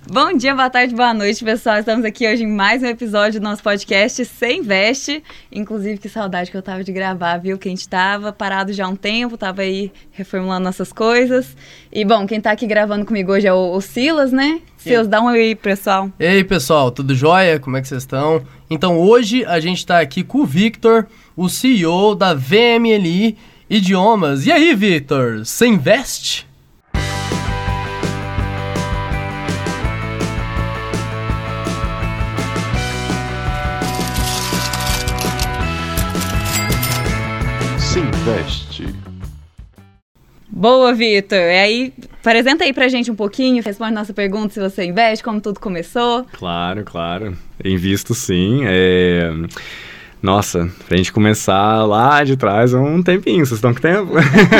Bom dia, boa tarde, boa noite, pessoal. Estamos aqui hoje em mais um episódio do nosso podcast Cê Investe. Inclusive, que saudade que eu tava de gravar, viu? Que a gente tava parado já há um tempo, tava aí reformulando nossas coisas. E, bom, quem tá aqui gravando comigo hoje é o Silas, né? Silas, dá um oi aí, pessoal. Ei, pessoal, tudo jóia? Como é que vocês estão? Então, hoje a gente tá aqui com o Victor, o CEO da VMLI Idiomas. E aí, Victor, você investe? Investe. Boa, Victor. E aí, apresenta aí pra gente um pouquinho, responde nossa pergunta se você investe, como tudo começou. Claro. Invisto sim. Nossa, pra gente começar lá de trás é um tempinho, vocês estão com tempo?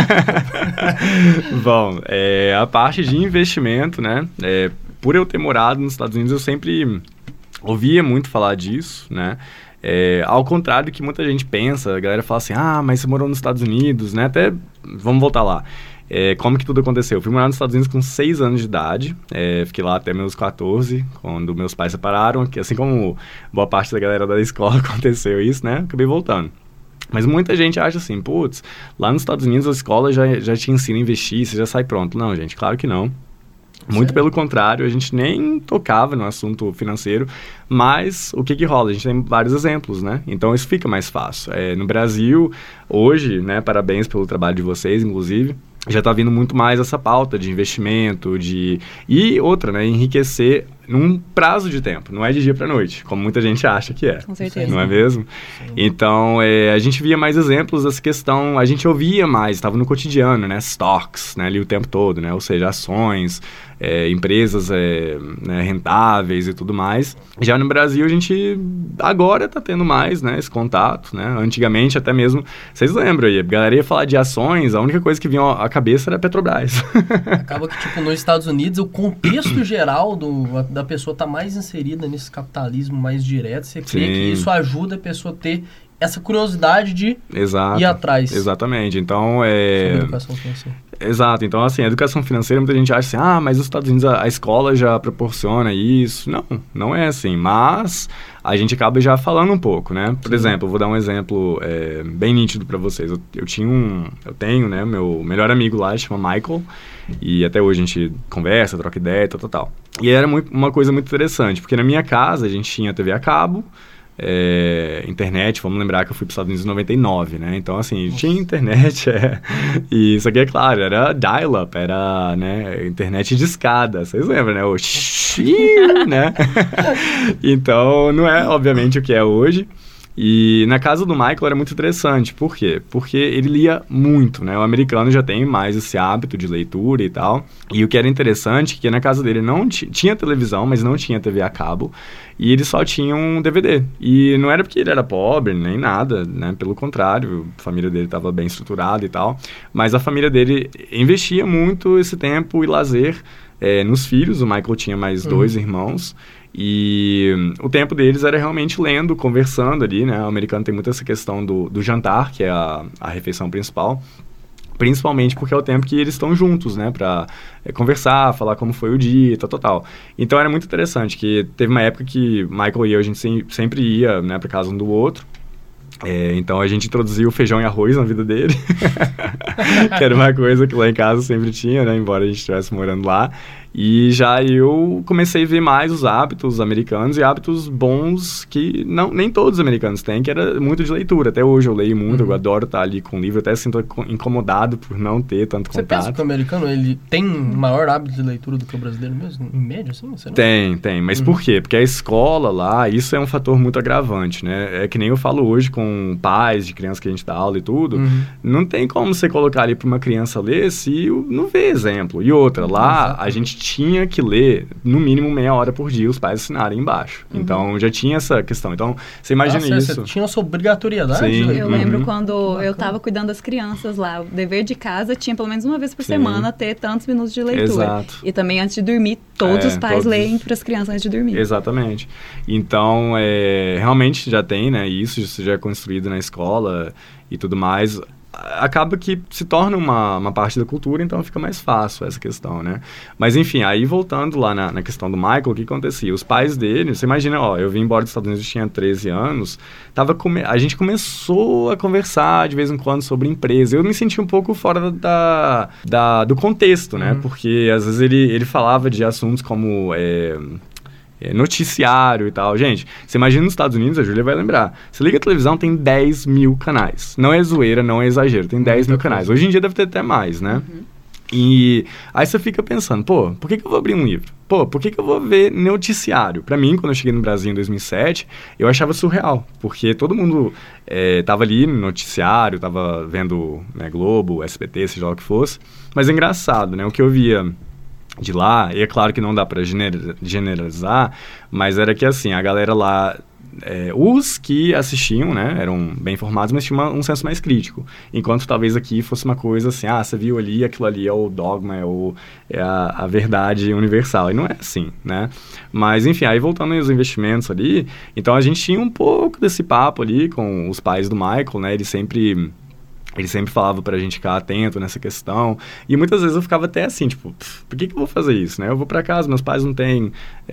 Bom, a parte de investimento, né? Por eu ter morado nos Estados Unidos, eu sempre ouvia muito falar disso, né? Ao contrário do que muita gente pensa, a galera fala assim, mas você morou nos Estados Unidos, né? Até, vamos voltar lá. Como que tudo aconteceu? Eu fui morar nos Estados Unidos com 6 anos de idade, fiquei lá até meus 14, quando meus pais separaram, que assim como boa parte da galera da escola aconteceu isso, né? Acabei voltando. Mas muita gente acha assim, putz, lá nos Estados Unidos a escola já te ensina a investir, você já sai pronto. Não, gente, claro que não. Muito pelo contrário, a gente nem tocava no assunto financeiro, mas o que rola? A gente tem vários exemplos, né? Então isso fica mais fácil. No Brasil, hoje, né, parabéns pelo trabalho de vocês, inclusive, já está vindo muito mais essa pauta de investimento, e outra, né, enriquecer num prazo de tempo, não é de dia para noite, como muita gente acha que é. Com certeza. Não é mesmo? Sim. Então, a gente via mais exemplos dessa questão, a gente ouvia mais, estava no cotidiano, né, stocks, né, ali o tempo todo, né, ou seja, ações, empresas né, rentáveis e tudo mais. Já no Brasil, a gente agora está tendo mais, né, esse contato, né, antigamente até mesmo, vocês lembram aí, a galera ia falar de ações, a única coisa que vinha à cabeça era a Petrobras. Acaba que, tipo, nos Estados Unidos, o contexto geral da pessoa tá mais inserida nesse capitalismo mais direto, você crê que isso ajuda a pessoa a ter essa curiosidade de ir atrás. Exatamente, então sobre educação financeira. Exato, então assim, a educação financeira, muita gente acha assim, mas nos Estados Unidos a escola já proporciona isso. Não é assim, mas a gente acaba já falando um pouco, né? Por exemplo, eu vou dar um exemplo bem nítido para vocês. Eu tenho, né, meu melhor amigo lá, chama Michael, e até hoje a gente conversa, troca ideia, tal. E era uma coisa muito interessante, porque na minha casa a gente tinha TV a cabo, internet, vamos lembrar que eu fui para os Estados Unidos em 99, né? Então, assim, tinha internet, e isso aqui, é claro, era dial-up, era, né, internet de escada, vocês lembram, né? Né? Então, não é, obviamente, o que é hoje. E na casa do Michael era muito interessante. Por quê? Porque ele lia muito, né? O americano já tem mais esse hábito de leitura e tal. E o que era interessante é que na casa dele não tinha televisão, mas não tinha TV a cabo. E ele só tinha um DVD. E não era porque ele era pobre, nem nada, né? Pelo contrário, a família dele estava bem estruturada e tal. Mas a família dele investia muito esse tempo e lazer nos filhos. O Michael tinha mais 2 irmãos. E o tempo deles era realmente lendo, conversando ali, né? O americano tem muito essa questão do jantar, que é a refeição principal. Principalmente porque é o tempo que eles estão juntos, né? Pra conversar, falar como foi o dia, tal. Então era muito interessante, que teve uma época que Michael e eu, a gente sempre ia, né, pra casa um do outro. Então a gente introduziu o feijão e arroz na vida dele, que era uma coisa que lá em casa sempre tinha, né? Embora a gente estivesse morando lá. E já eu comecei a ver mais os hábitos americanos e hábitos bons que nem todos os americanos têm, que era muito de leitura. Até hoje eu leio muito, eu adoro estar ali com o livro, até sinto incomodado por não ter tanto contato. Você pensa que o americano ele tem maior hábito de leitura do que o brasileiro mesmo? Em média, assim? Você não? Tem. Mas por quê? Porque a escola lá, isso é um fator muito agravante, né? É que nem eu falo hoje com pais de crianças que a gente dá aula e tudo, não tem como você colocar ali para uma criança ler se não vê exemplo. E outra, lá a gente tinha que ler no mínimo meia hora por dia, os pais assinarem embaixo. Então já tinha essa questão. Então você imagina isso. Você tinha essa obrigatoriedade? Sim. Eu lembro quando eu estava cuidando das crianças lá, o dever de casa tinha pelo menos uma vez por semana ter tantos minutos de leitura. Exato. E também antes de dormir, todos os pais leem para as crianças antes de dormir. Exatamente. Então, realmente já tem, né, isso já é construído na escola e tudo mais. acaba que se torna uma parte da cultura, então fica mais fácil essa questão, né? Mas, enfim, aí voltando lá na questão do Michael, o que acontecia? Os pais dele, você imagina, eu vim embora dos Estados Unidos, eu tinha 13 anos, a gente começou a conversar de vez em quando sobre empresa. Eu me senti um pouco fora do contexto, né? Porque, às vezes, ele falava de assuntos como... noticiário e tal. Gente, você imagina nos Estados Unidos, a Júlia vai lembrar. Você liga a televisão, tem 10 mil canais. Não é zoeira, não é exagero, tem 10 mil canais. Hoje em dia deve ter até mais, né? E aí você fica pensando, por que eu vou abrir um livro? Por que eu vou ver noticiário? Pra mim, quando eu cheguei no Brasil em 2007, eu achava surreal, porque todo mundo tava ali no noticiário, tava vendo, né, Globo, SBT, seja lá o que fosse. Mas é engraçado, né? O que eu via de lá, e é claro que não dá para generalizar, mas era que assim, a galera lá, os que assistiam, né, eram bem informados, mas tinha um senso mais crítico, enquanto talvez aqui fosse uma coisa assim, você viu ali, aquilo ali é o dogma, é a verdade universal, e não é assim, né, mas enfim, aí voltando aos investimentos ali, então a gente tinha um pouco desse papo ali com os pais do Michael, né, ele sempre falava pra gente ficar atento nessa questão. E muitas vezes eu ficava até assim, tipo, por que eu vou fazer isso, né? Eu vou pra casa, meus pais não têm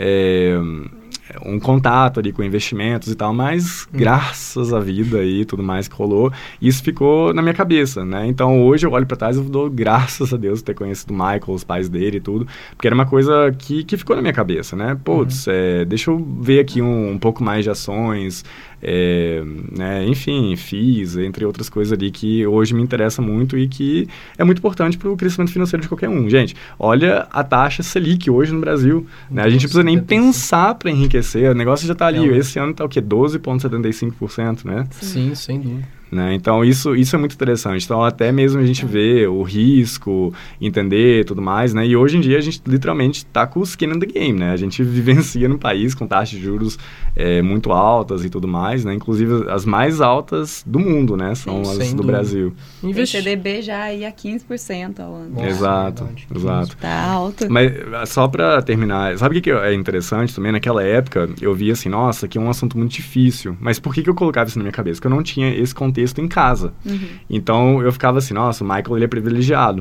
um contato ali com investimentos e tal, mas graças à vida e tudo mais que rolou, isso ficou na minha cabeça, né? Então hoje eu olho pra trás e eu dou graças a Deus ter conhecido o Michael, os pais dele e tudo, porque era uma coisa que ficou na minha cabeça, né? Deixa eu ver aqui um pouco mais de ações, né? Enfim, FIIs, entre outras coisas ali que hoje me interessa muito e que é muito importante para o crescimento financeiro de qualquer um. Gente, olha a taxa Selic hoje no Brasil, né? A gente não precisa nem pensar para enriquecer, o negócio já está ali, esse ano está o quê? 12,75%, né? Sim, sem dúvida. Né? Então, isso é muito interessante. Então, até mesmo a gente vê o risco, entender tudo mais, né? E hoje em dia, a gente literalmente está com o skin in the game, né? A gente vivencia num país com taxas de juros muito altas e tudo mais, né? Inclusive, as mais altas do mundo, né? São as do Brasil. O CDB já ia a 15% ao ano. Nossa, exato. Tá alto. Mas, só para terminar, sabe o que é interessante também? Naquela época, eu via assim, nossa, que é um assunto muito difícil. Mas por que eu colocava isso na minha cabeça? Porque eu não tinha esse contexto em casa. Então, eu ficava assim, nossa, o Michael, ele é privilegiado.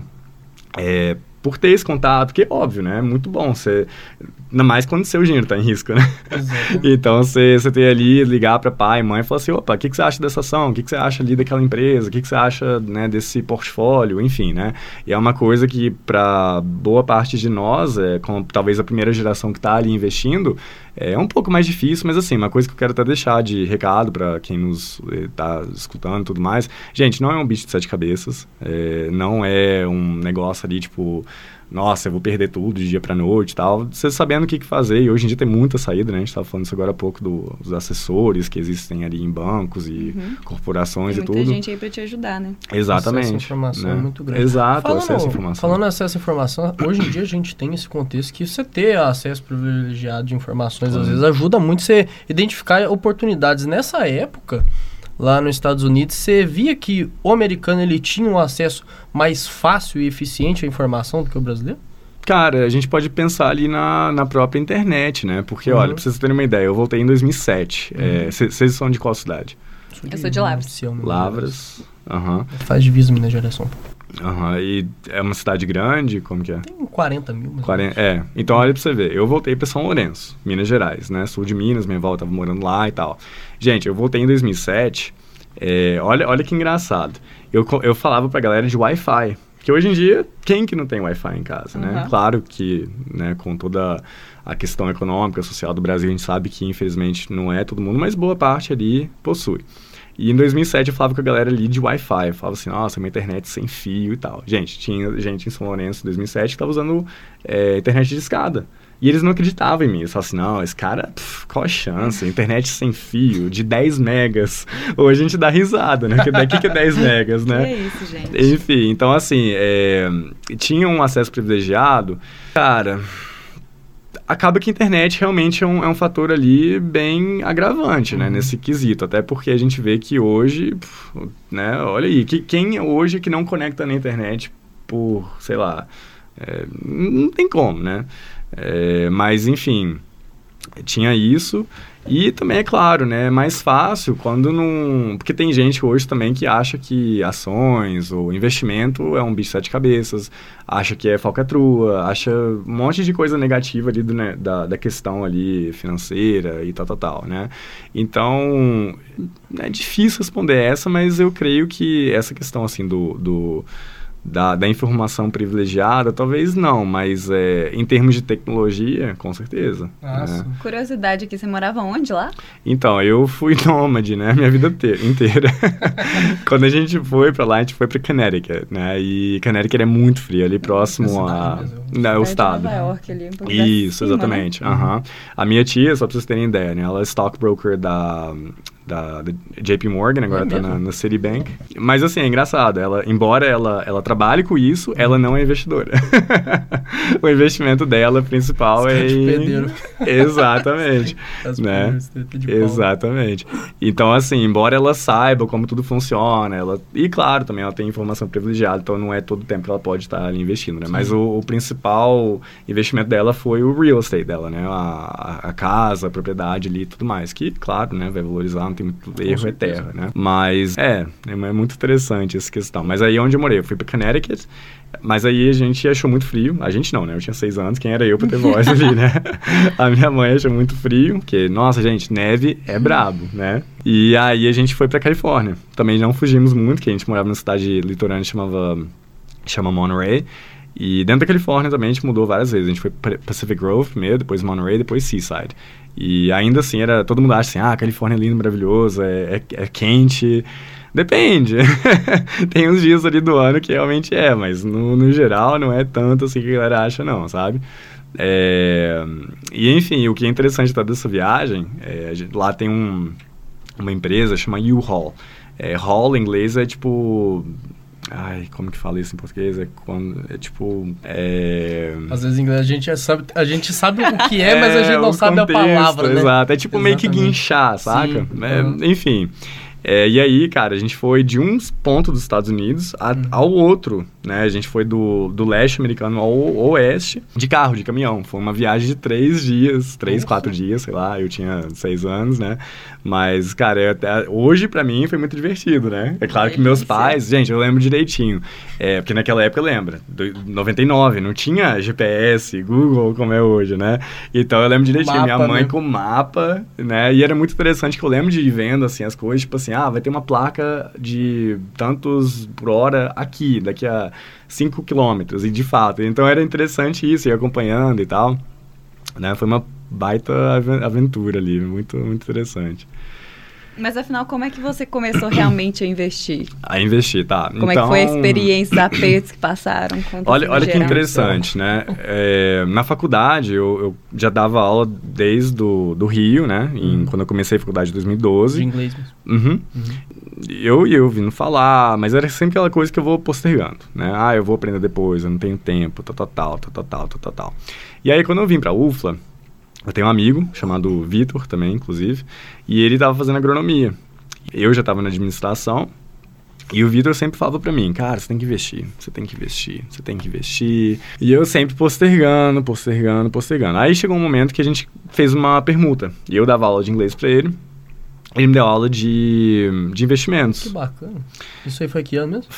Por ter esse contato, que é óbvio, né? É muito bom. Ainda mais quando seu dinheiro está em risco, né? Então, você ter ali, ligar para pai e mãe e falar assim, opa, o que você acha dessa ação? O que você acha ali daquela empresa? O que você acha, né, desse portfólio? Enfim, né? E é uma coisa que, para boa parte de nós, como talvez a primeira geração que está ali investindo, é um pouco mais difícil, mas assim, uma coisa que eu quero até deixar de recado para quem nos está escutando e tudo mais. Gente, não é um bicho de 7 cabeças. Não é um negócio ali, tipo... Nossa, eu vou perder tudo de dia pra noite e tal. Você sabendo o que fazer, e hoje em dia tem muita saída, né? A gente estava falando isso agora há pouco dos assessores que existem ali em bancos e corporações e tudo. Tem muita gente aí pra te ajudar, né? Exatamente. Acesso à informação é muito grande. Exato, acesso à informação. Falando acesso à informação, hoje em dia a gente tem esse contexto que você ter acesso privilegiado de informações, às vezes ajuda muito você identificar oportunidades. Nessa época... Lá nos Estados Unidos, você via que o americano ele tinha um acesso mais fácil e eficiente à informação do que o brasileiro? Cara, a gente pode pensar ali na própria internet, né? Porque, olha, pra vocês terem uma ideia, eu voltei em 2007. Vocês são de qual cidade? Eu sou de Lavras. Lavras. Faz divisa Minas Gerais. E é uma cidade grande? Como que é? Tem 40 mil. Então olha pra você ver. Eu voltei pra São Lourenço, Minas Gerais, né? Sul de Minas, minha avó tava morando lá e tal. Gente, eu voltei em 2007. Olha que engraçado. Eu falava pra galera de Wi-Fi. Porque hoje em dia, quem que não tem Wi-Fi em casa, né? Claro que, né, com toda a questão econômica, social do Brasil, a gente sabe que, infelizmente, não é todo mundo, mas boa parte ali possui. E em 2007 eu falava com a galera ali de Wi-Fi. Eu falava assim, nossa, minha internet sem fio e tal. Gente, tinha gente em São Lourenço em 2007 que estava usando internet de escada. E eles não acreditavam em mim. Eles falavam assim, não, esse cara, qual a chance? Internet sem fio, de 10 megas. Hoje a gente dá risada, né? Daqui que é 10 megas, né? Que é isso, gente? Enfim, então assim, tinha um acesso privilegiado. Cara... Acaba que a internet realmente é um fator ali bem agravante, né, nesse quesito. Até porque a gente vê que hoje, né, olha aí, quem hoje que não conecta na internet por, sei lá, não tem como, né? Mas, enfim, tinha isso. E também, é claro, né, é mais fácil quando não... Porque tem gente hoje também que acha que ações ou investimento é um bicho de 7 cabeças, acha que é falcatrua, acha um monte de coisa negativa ali da questão ali financeira e tal, né? Então, é difícil responder essa, mas eu creio que essa questão, assim, da informação privilegiada, talvez não, mas em termos de tecnologia, com certeza. Né? Curiosidade aqui, você morava onde lá? Então, eu fui nômade, né, minha vida inteira. Quando a gente foi pra lá, a gente foi pra Connecticut, né, e Connecticut é muito frio, ali próximo ao estado. Nova York, ali, um pouco Isso, cima, exatamente. Né? Uhum. A minha tia, só pra vocês terem ideia, né, ela é stockbroker da JP Morgan, agora tá na Citibank. Mas assim, é engraçado, embora ela trabalhe com isso, ela não é investidora. O investimento dela principal é em... Exatamente. Né? Exatamente. Então, assim, embora ela saiba como tudo funciona, e claro, também ela tem informação privilegiada, então não é todo o tempo que ela pode estar ali investindo, né? Sim. Mas o principal investimento dela foi o real estate dela, né? A casa, a propriedade ali e tudo mais, que, claro, né, vai valorizar, não tem muito erro, é terra, né? Mas é muito interessante essa questão. Mas aí onde eu morei, eu fui pra Connecticut, mas aí a gente achou muito frio. A gente não, né? Eu tinha 6 anos, quem era eu pra ter voz ali, né? A minha mãe achou muito frio, porque, nossa, gente, neve é brabo, né? E aí a gente foi pra Califórnia. Também não fugimos muito, que a gente morava numa cidade litorânea chama Monterey. E dentro da Califórnia também a gente mudou várias vezes. A gente foi para Pacific Grove primeiro, depois Monterey, depois Seaside. E ainda assim, todo mundo acha assim, a Califórnia é lindo, maravilhoso, é quente. Depende. Tem uns dias ali do ano que realmente mas no geral não é tanto assim que a galera acha não, sabe? E enfim, o que é interessante dessa viagem, lá tem uma empresa chama U-Haul. Haul em inglês é tipo... Ai, como que fala isso em português? Às vezes em inglês a gente sabe o que mas a gente não sabe contexto, a palavra, né? Exato, é tipo meio que guinchar, saca? Enfim. E aí, cara, a gente foi de um ponto dos Estados Unidos ao outro, né? A gente foi do leste americano ao oeste, de carro, de caminhão. Foi uma viagem de 3 dias, 4 dias, sei lá. Eu tinha 6 anos, né? Mas, cara, hoje pra mim foi muito divertido, né? É claro que meus pais... Gente, eu lembro direitinho. Porque naquela época, lembra? 99, não tinha GPS, Google como é hoje, né? Então eu lembro direitinho. Minha mãe com mapa, né? E era muito interessante que eu lembro de ir vendo, assim, as coisas, tipo assim, vai ter uma placa de tantos por hora aqui, daqui a 5 quilômetros, e de fato. Então era interessante isso, ir acompanhando e tal, né? Foi uma baita aventura ali, muito, muito interessante. Mas afinal, como é que você começou realmente a investir? A investir, tá. Como é que foi a experiência, os apertos que passaram? Olha que interessante, né? Na faculdade, eu já dava aula desde do Rio, né? Quando eu comecei a faculdade em 2012. De inglês mesmo. Eu ia ouvindo falar, mas era sempre aquela coisa que eu vou postergando, né? Eu vou aprender depois, eu não tenho tempo, tal. E aí, quando eu vim pra UFLA, eu tenho um amigo chamado Vitor também, inclusive, e ele estava fazendo agronomia. Eu já estava na administração, e o Vitor sempre falava para mim, cara, você tem que investir. E eu sempre postergando. Aí chegou um momento que a gente fez uma permuta, e eu dava aula de inglês para ele, ele me deu aula de investimentos. Que bacana. Isso aí foi que ano mesmo?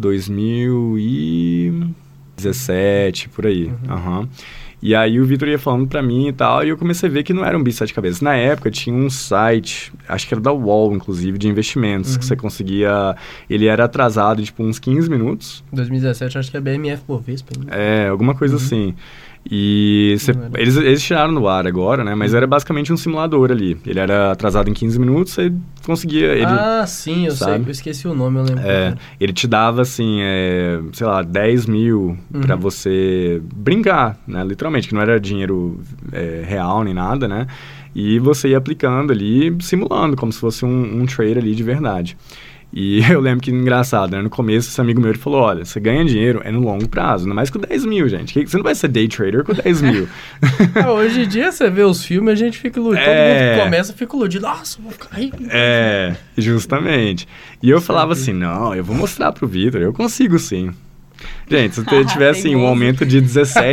2017, por aí. E aí o Vitor ia falando pra mim e tal, e eu comecei a ver que não era um bicho de 7 cabeças. Na época tinha um site, acho que era da UOL, inclusive, de investimentos, que você conseguia... Ele era atrasado, tipo, uns 15 minutos. 2017, acho que é BMF Bovespa. Alguma coisa assim. E eles tiraram do ar agora, né? Mas era basicamente um simulador ali. Ele era atrasado em 15 minutos, você conseguia... Sim, eu sei. Eu esqueci o nome, eu lembro. Ele te dava, assim, sei lá, 10 mil pra você brincar, né? Literalmente, que não era dinheiro real nem nada, né? E você ia aplicando ali, simulando, como se fosse um trade ali de verdade. E eu lembro que, engraçado, né? No começo, esse amigo meu, ele falou, olha, você ganha dinheiro no longo prazo, ainda mais com 10 mil, gente. Você não vai ser day trader com 10 mil. Hoje em dia, você vê os filmes, a gente fica iludido. Todo mundo que começa fica iludido. Nossa, vou ficar rico. Justamente. E eu falava assim, não, eu vou mostrar pro Vitor, eu consigo sim. Gente, se você tiver, assim, um aumento de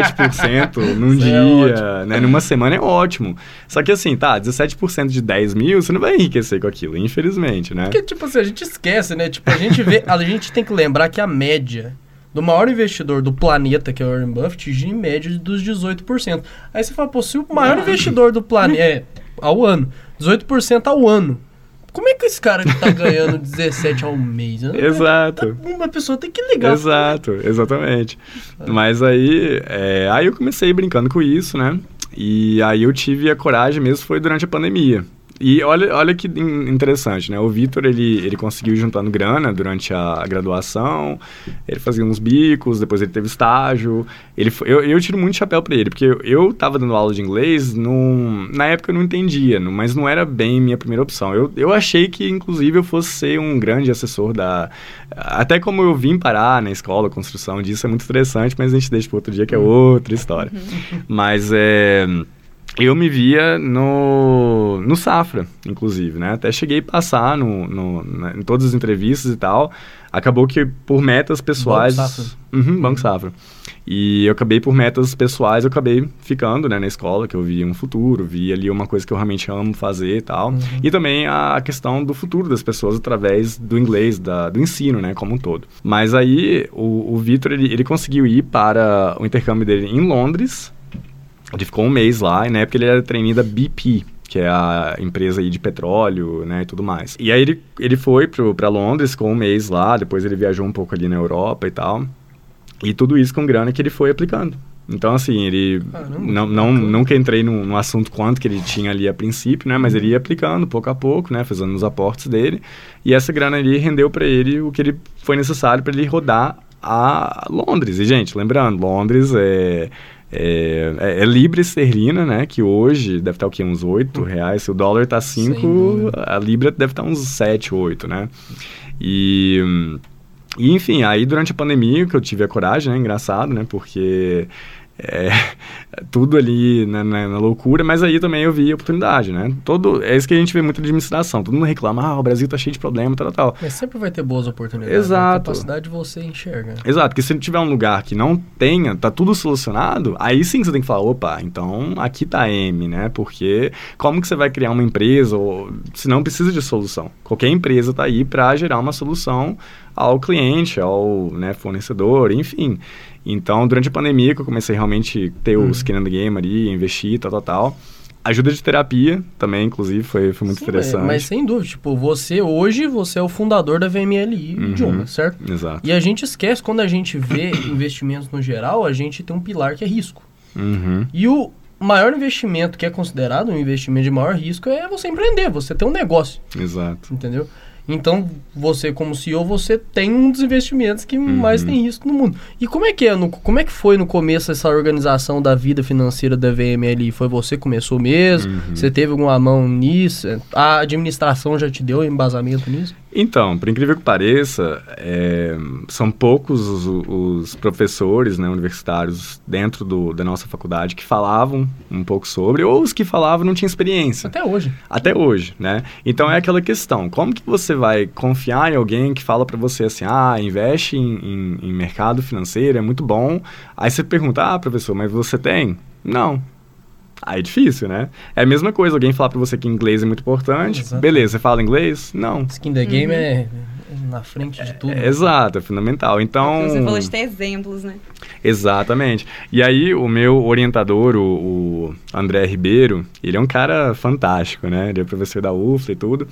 17% num dia, né? Numa semana é ótimo. Só que, assim, 17% de 10 mil, você não vai enriquecer com aquilo, infelizmente, né? Porque, tipo assim, a gente esquece, né? Tipo, a gente tem que lembrar que a média do maior investidor do planeta, que é o Warren Buffett, gira em média dos 18%. Aí você fala, pô, se o maior investidor do planeta, ao ano, 18% ao ano, como é que esse cara que tá ganhando 17 ao mês? Exato. Uma pessoa tem que ligar. Exato, exatamente. Mas aí eu comecei brincando com isso, né? E aí eu tive a coragem mesmo, foi durante a pandemia. E olha que interessante, né? O Vitor, ele conseguiu ir juntando grana durante a graduação, ele fazia uns bicos, depois ele teve estágio. Eu tiro muito chapéu pra ele, porque eu tava dando aula de inglês, na época eu não entendia, mas não era bem minha primeira opção. Eu achei que, inclusive, eu fosse ser um grande assessor até como eu vim parar na escola, a construção disso é muito interessante, mas a gente deixa para outro dia, que é outra história. Mas eu me via no Safra, inclusive, né? Até cheguei a passar em todas as entrevistas e tal. Acabou que por metas pessoais... Banco Safra. Banco Safra. E eu acabei por metas pessoais, eu acabei ficando, né, na escola, que eu via um futuro, via ali uma coisa que eu realmente amo fazer e tal. E também a questão do futuro das pessoas através do inglês, do ensino, né, como um todo. Mas aí o Vitor, ele conseguiu ir para o intercâmbio dele em Londres. Ele ficou um mês lá, e na época ele era trainee da BP, que é a empresa aí de petróleo, né, e tudo mais. E aí ele foi pra Londres, ficou um mês lá, depois ele viajou um pouco ali na Europa e tal. E tudo isso com grana que ele foi aplicando. Então, assim, ele... nunca entrei no assunto quanto que ele tinha ali a princípio, né, mas ele ia aplicando pouco a pouco, né, fazendo os aportes dele. E essa grana ali rendeu pra ele o que ele foi necessário pra ele rodar a Londres. E, gente, lembrando, Londres é libra esterlina, né? Que hoje deve estar o quê? Uns R$8. Se o dólar tá 5, a libra deve estar uns 7, 8, né? E enfim, aí durante a pandemia que eu tive a coragem, né? Engraçado, né? Porque tudo ali na loucura, mas aí também eu vi a oportunidade, né? É isso que a gente vê muito de administração. Todo mundo reclama, o Brasil tá cheio de problema, tal. Mas sempre vai ter boas oportunidades. Exato. A capacidade de você enxerga. Exato, porque se tiver um lugar que não tenha, tá tudo solucionado, aí sim você tem que falar, opa, então aqui tá M, né? Porque como que você vai criar uma empresa, se não precisa de solução? Qualquer empresa tá aí para gerar uma solução ao cliente, ao, né, fornecedor, enfim. Então, durante a pandemia, que eu comecei realmente a ter o skin in the game ali, investir, tal. Ajuda de terapia também, inclusive, foi muito interessante. Mas sem dúvida, tipo, você é o fundador da VMLI Idioma, certo? Exato. E a gente esquece, quando a gente vê investimentos no geral, a gente tem um pilar que é risco. E o maior investimento que é considerado um investimento de maior risco é você empreender, você ter um negócio. Exato. Entendeu? Então, você como CEO, você tem um dos investimentos que mais tem risco no mundo. E como é que foi no começo essa organização da vida financeira da VMLI? Foi você que começou mesmo? Você teve alguma mão nisso? A administração já te deu embasamento nisso? Então, por incrível que pareça, são poucos os professores, né, universitários dentro da nossa faculdade que falavam um pouco sobre, ou os que falavam não tinham experiência. Até hoje, né? Então é aquela questão, como que você vai confiar em alguém que fala pra você assim, investe em mercado financeiro, é muito bom. Aí você pergunta, professor, mas você tem? Não. Aí é difícil, né? É a mesma coisa, alguém falar pra você que inglês é muito importante. Exato. Beleza, você fala inglês? Não. Skin the game é na frente de tudo. Exato, é fundamental. Então... Você falou de ter exemplos, né? Exatamente. E aí, o meu orientador, o André Ribeiro, ele é um cara fantástico, né? Ele é professor da UFLA e tudo.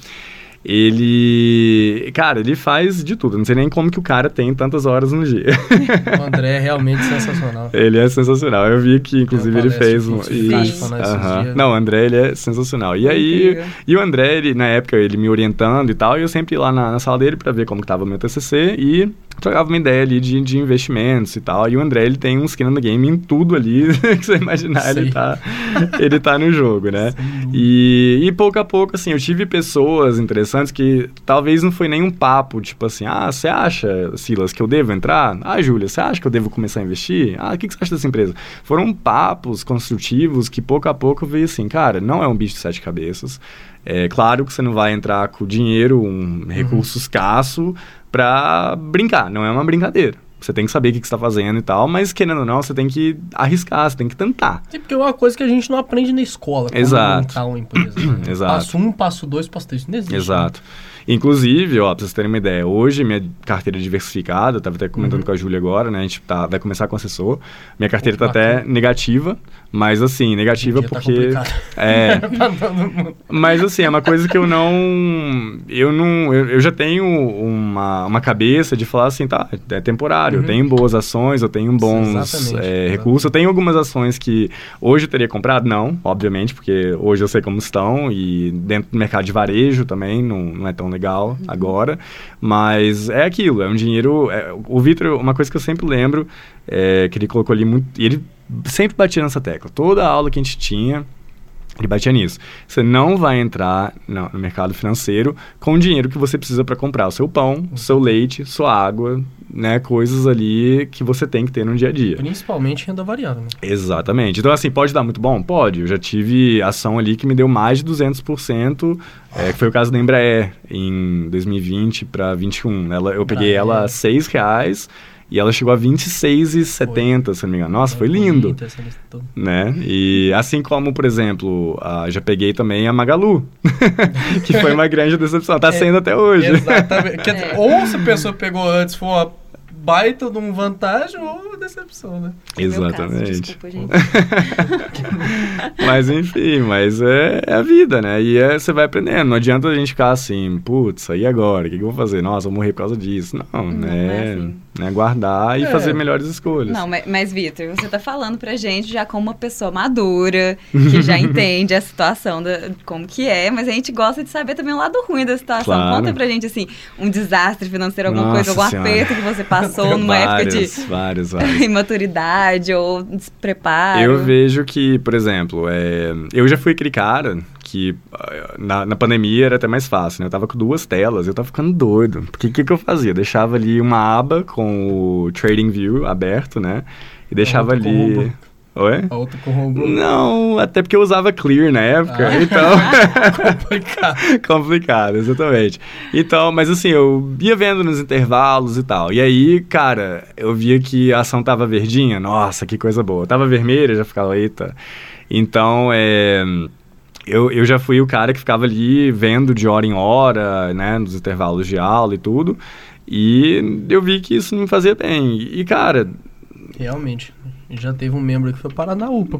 Ele faz de tudo. Não sei nem como que o cara tem tantas horas no dia. O André é realmente sensacional. Ele é sensacional. Eu vi que, inclusive, ele fez um... Não, o André, ele é sensacional. E aí, o André, na época, ele me orientando e tal, e eu sempre ia lá na sala dele pra ver como que tava o meu TCC e trocava uma ideia ali de investimentos e tal. E o André, ele tem um skin in the game em tudo ali que você imaginar, ele tá no jogo, né? E pouco a pouco, assim, eu tive pessoas interessantes que talvez não foi nem um papo, tipo assim, você acha, Silas, que eu devo entrar? Júlia, você acha que eu devo começar a investir? O que você acha dessa empresa? Foram papos construtivos que pouco a pouco eu vi assim, cara, não é um bicho de 7 cabeças. É claro que você não vai entrar com dinheiro, um recurso escasso, pra brincar, não é uma brincadeira. Você tem que saber o que você está fazendo e tal, mas querendo ou não, você tem que arriscar, você tem que tentar. Sim, porque é uma coisa que a gente não aprende na escola. Exato. Como montar uma empresa. Né? Exato. Passo 1, passo 2, passo 3, não existe. Exato. Inclusive, ó, pra vocês terem uma ideia, hoje minha carteira é diversificada, eu tava até comentando com a Júlia agora, né, a gente vai começar com assessor, minha carteira tá até negativa, mas assim, negativa porque... Tá mas assim, é uma coisa que eu já tenho uma cabeça de falar assim, tá, é temporário, eu tenho boas ações, eu tenho bons recursos, eu tenho algumas ações que hoje eu teria comprado, não, obviamente, porque hoje eu sei como estão e dentro do mercado de varejo também não é tão legal agora, mas é aquilo, é um dinheiro... o Vitor, uma coisa que eu sempre lembro, que ele colocou ali muito... E ele sempre batia nessa tecla. Toda a aula que a gente tinha, ele batia nisso. Você não vai entrar no mercado financeiro com o dinheiro que você precisa para comprar o seu pão, o seu leite, sua água, né? Coisas ali que você tem que ter no dia a dia. Principalmente renda variável, né? Exatamente. Então, assim, pode dar muito bom? Pode. Eu já tive ação ali que me deu mais de 200%, que foi o caso da Embraer, em 2020 para 2021. Eu peguei ela a R$6, e ela chegou a 26,70, se não me engano. Nossa, foi lindo. Né? E assim como, por exemplo, já peguei também a Magalu, que foi uma grande decepção. Tá sendo até hoje. Exatamente. Quer dizer, ou se a pessoa pegou antes, foi uma baita de uma vantagem ou uma decepção, né? Exatamente. Desculpa, gente. Mas enfim, é a vida, né? E você vai aprendendo. Não adianta a gente ficar assim, putz, aí agora, o que eu vou fazer? Nossa, vou morrer por causa disso. Não, né? Assim. Né? Guardar e fazer melhores escolhas. Não, mas Vitor, você tá falando pra gente já como uma pessoa madura, que já entende a situação, como que é, mas a gente gosta de saber também o lado ruim da situação. Claro. Conta pra gente, assim, um desastre financeiro, alguma coisa, algum aperto que você passou numa época de vários. imaturidade ou despreparo. Eu vejo que, por exemplo, eu já fui aquele cara que na pandemia era até mais fácil, né? Eu tava com 2 telas, eu tava ficando doido. Porque o que eu fazia? Eu deixava ali uma aba com o TradingView aberto, né? E deixava ali... Oi? A outra corroborou. Não, até porque eu usava Clear na época, então... Complicado, exatamente. Então, mas assim, eu ia vendo nos intervalos e tal. E aí, cara, eu via que a ação tava verdinha. Nossa, que coisa boa. Tava vermelha, já ficava, eita. Então, eu já fui o cara que ficava ali vendo de hora em hora, né, nos intervalos de aula e tudo. E eu vi que isso não me fazia bem. E, cara... Realmente. Já teve um membro que foi parar na UPA.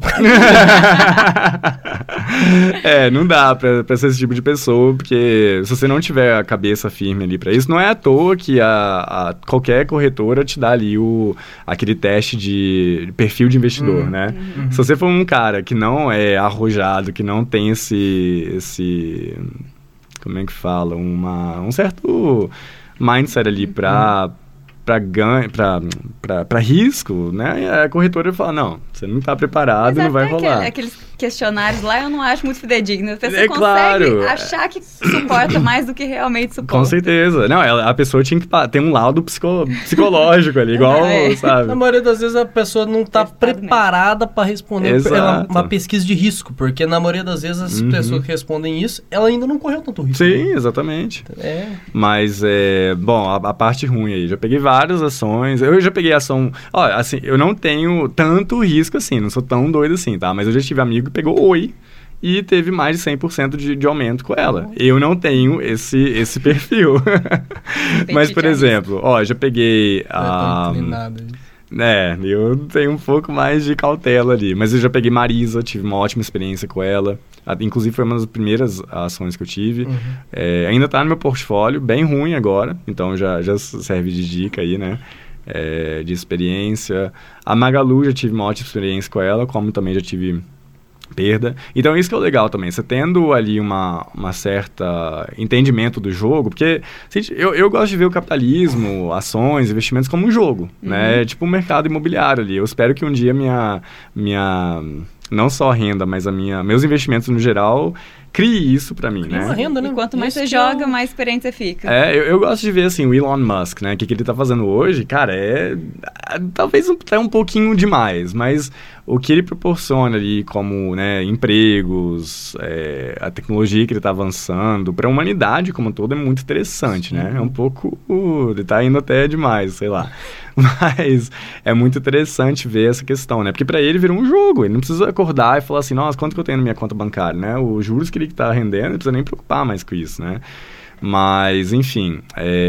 Não dá pra ser esse tipo de pessoa, porque se você não tiver a cabeça firme ali pra isso, não é à toa que qualquer corretora te dá ali aquele teste de perfil de investidor, né? Se você for um cara que não é arrojado, que não tem esse como é que fala? Um certo mindset ali pra risco, né? A corretora fala, não, você não está preparado, não vai rolar. Aqueles questionários lá eu não acho muito fidedigno. A pessoa consegue achar que suporta mais do que realmente suporta. Com certeza. Não, a pessoa tinha que ter um laudo psicológico ali, igual, sabe? Na maioria das vezes a pessoa não está preparada para responder uma pesquisa de risco, porque na maioria das vezes as pessoas que respondem isso, ela ainda não correu tanto risco. Sim, exatamente. Mas, bom, a parte ruim aí, já peguei várias ações, eu já peguei ação, assim, eu não tenho tanto risco assim, não sou tão doido assim, tá? Mas eu já tive amigo que pegou Oi e teve mais de 100% de aumento com ela. Eu não tenho esse perfil. Mas, por exemplo, já peguei eu tenho um pouco mais de cautela ali. Mas eu já peguei Marisa, tive uma ótima experiência com ela. Inclusive, foi uma das primeiras ações que eu tive. Ainda tá no meu portfólio, bem ruim agora. Então, já serve de dica aí, né? De experiência. A Magalu, já tive uma ótima experiência com ela, como também já tive perda. Então, isso que é o legal também. Você tendo ali uma certa entendimento do jogo, porque eu gosto de ver o capitalismo, ações, investimentos como um jogo, né? Tipo um mercado imobiliário ali. Eu espero que um dia minha não só a renda, mas meus investimentos no geral crie isso pra mim, né? Uma renda, né? E quanto mais você joga, mais experiente você fica. Eu gosto de ver, assim, o Elon Musk, né? O que ele tá fazendo hoje, cara, talvez até um pouquinho demais, mas o que ele proporciona ali como, né, empregos, a tecnologia que ele tá avançando pra humanidade como um todo é muito interessante, né? É um pouco... ele tá indo até demais, sei lá. Mas é muito interessante ver essa questão, né? Porque pra ele virou um jogo, ele não precisa acordar e falar assim, nossa, quanto que eu tenho na minha conta bancária, né? Os juros que ele tá rendendo, ele não precisa nem preocupar mais com isso, né? Mas, enfim,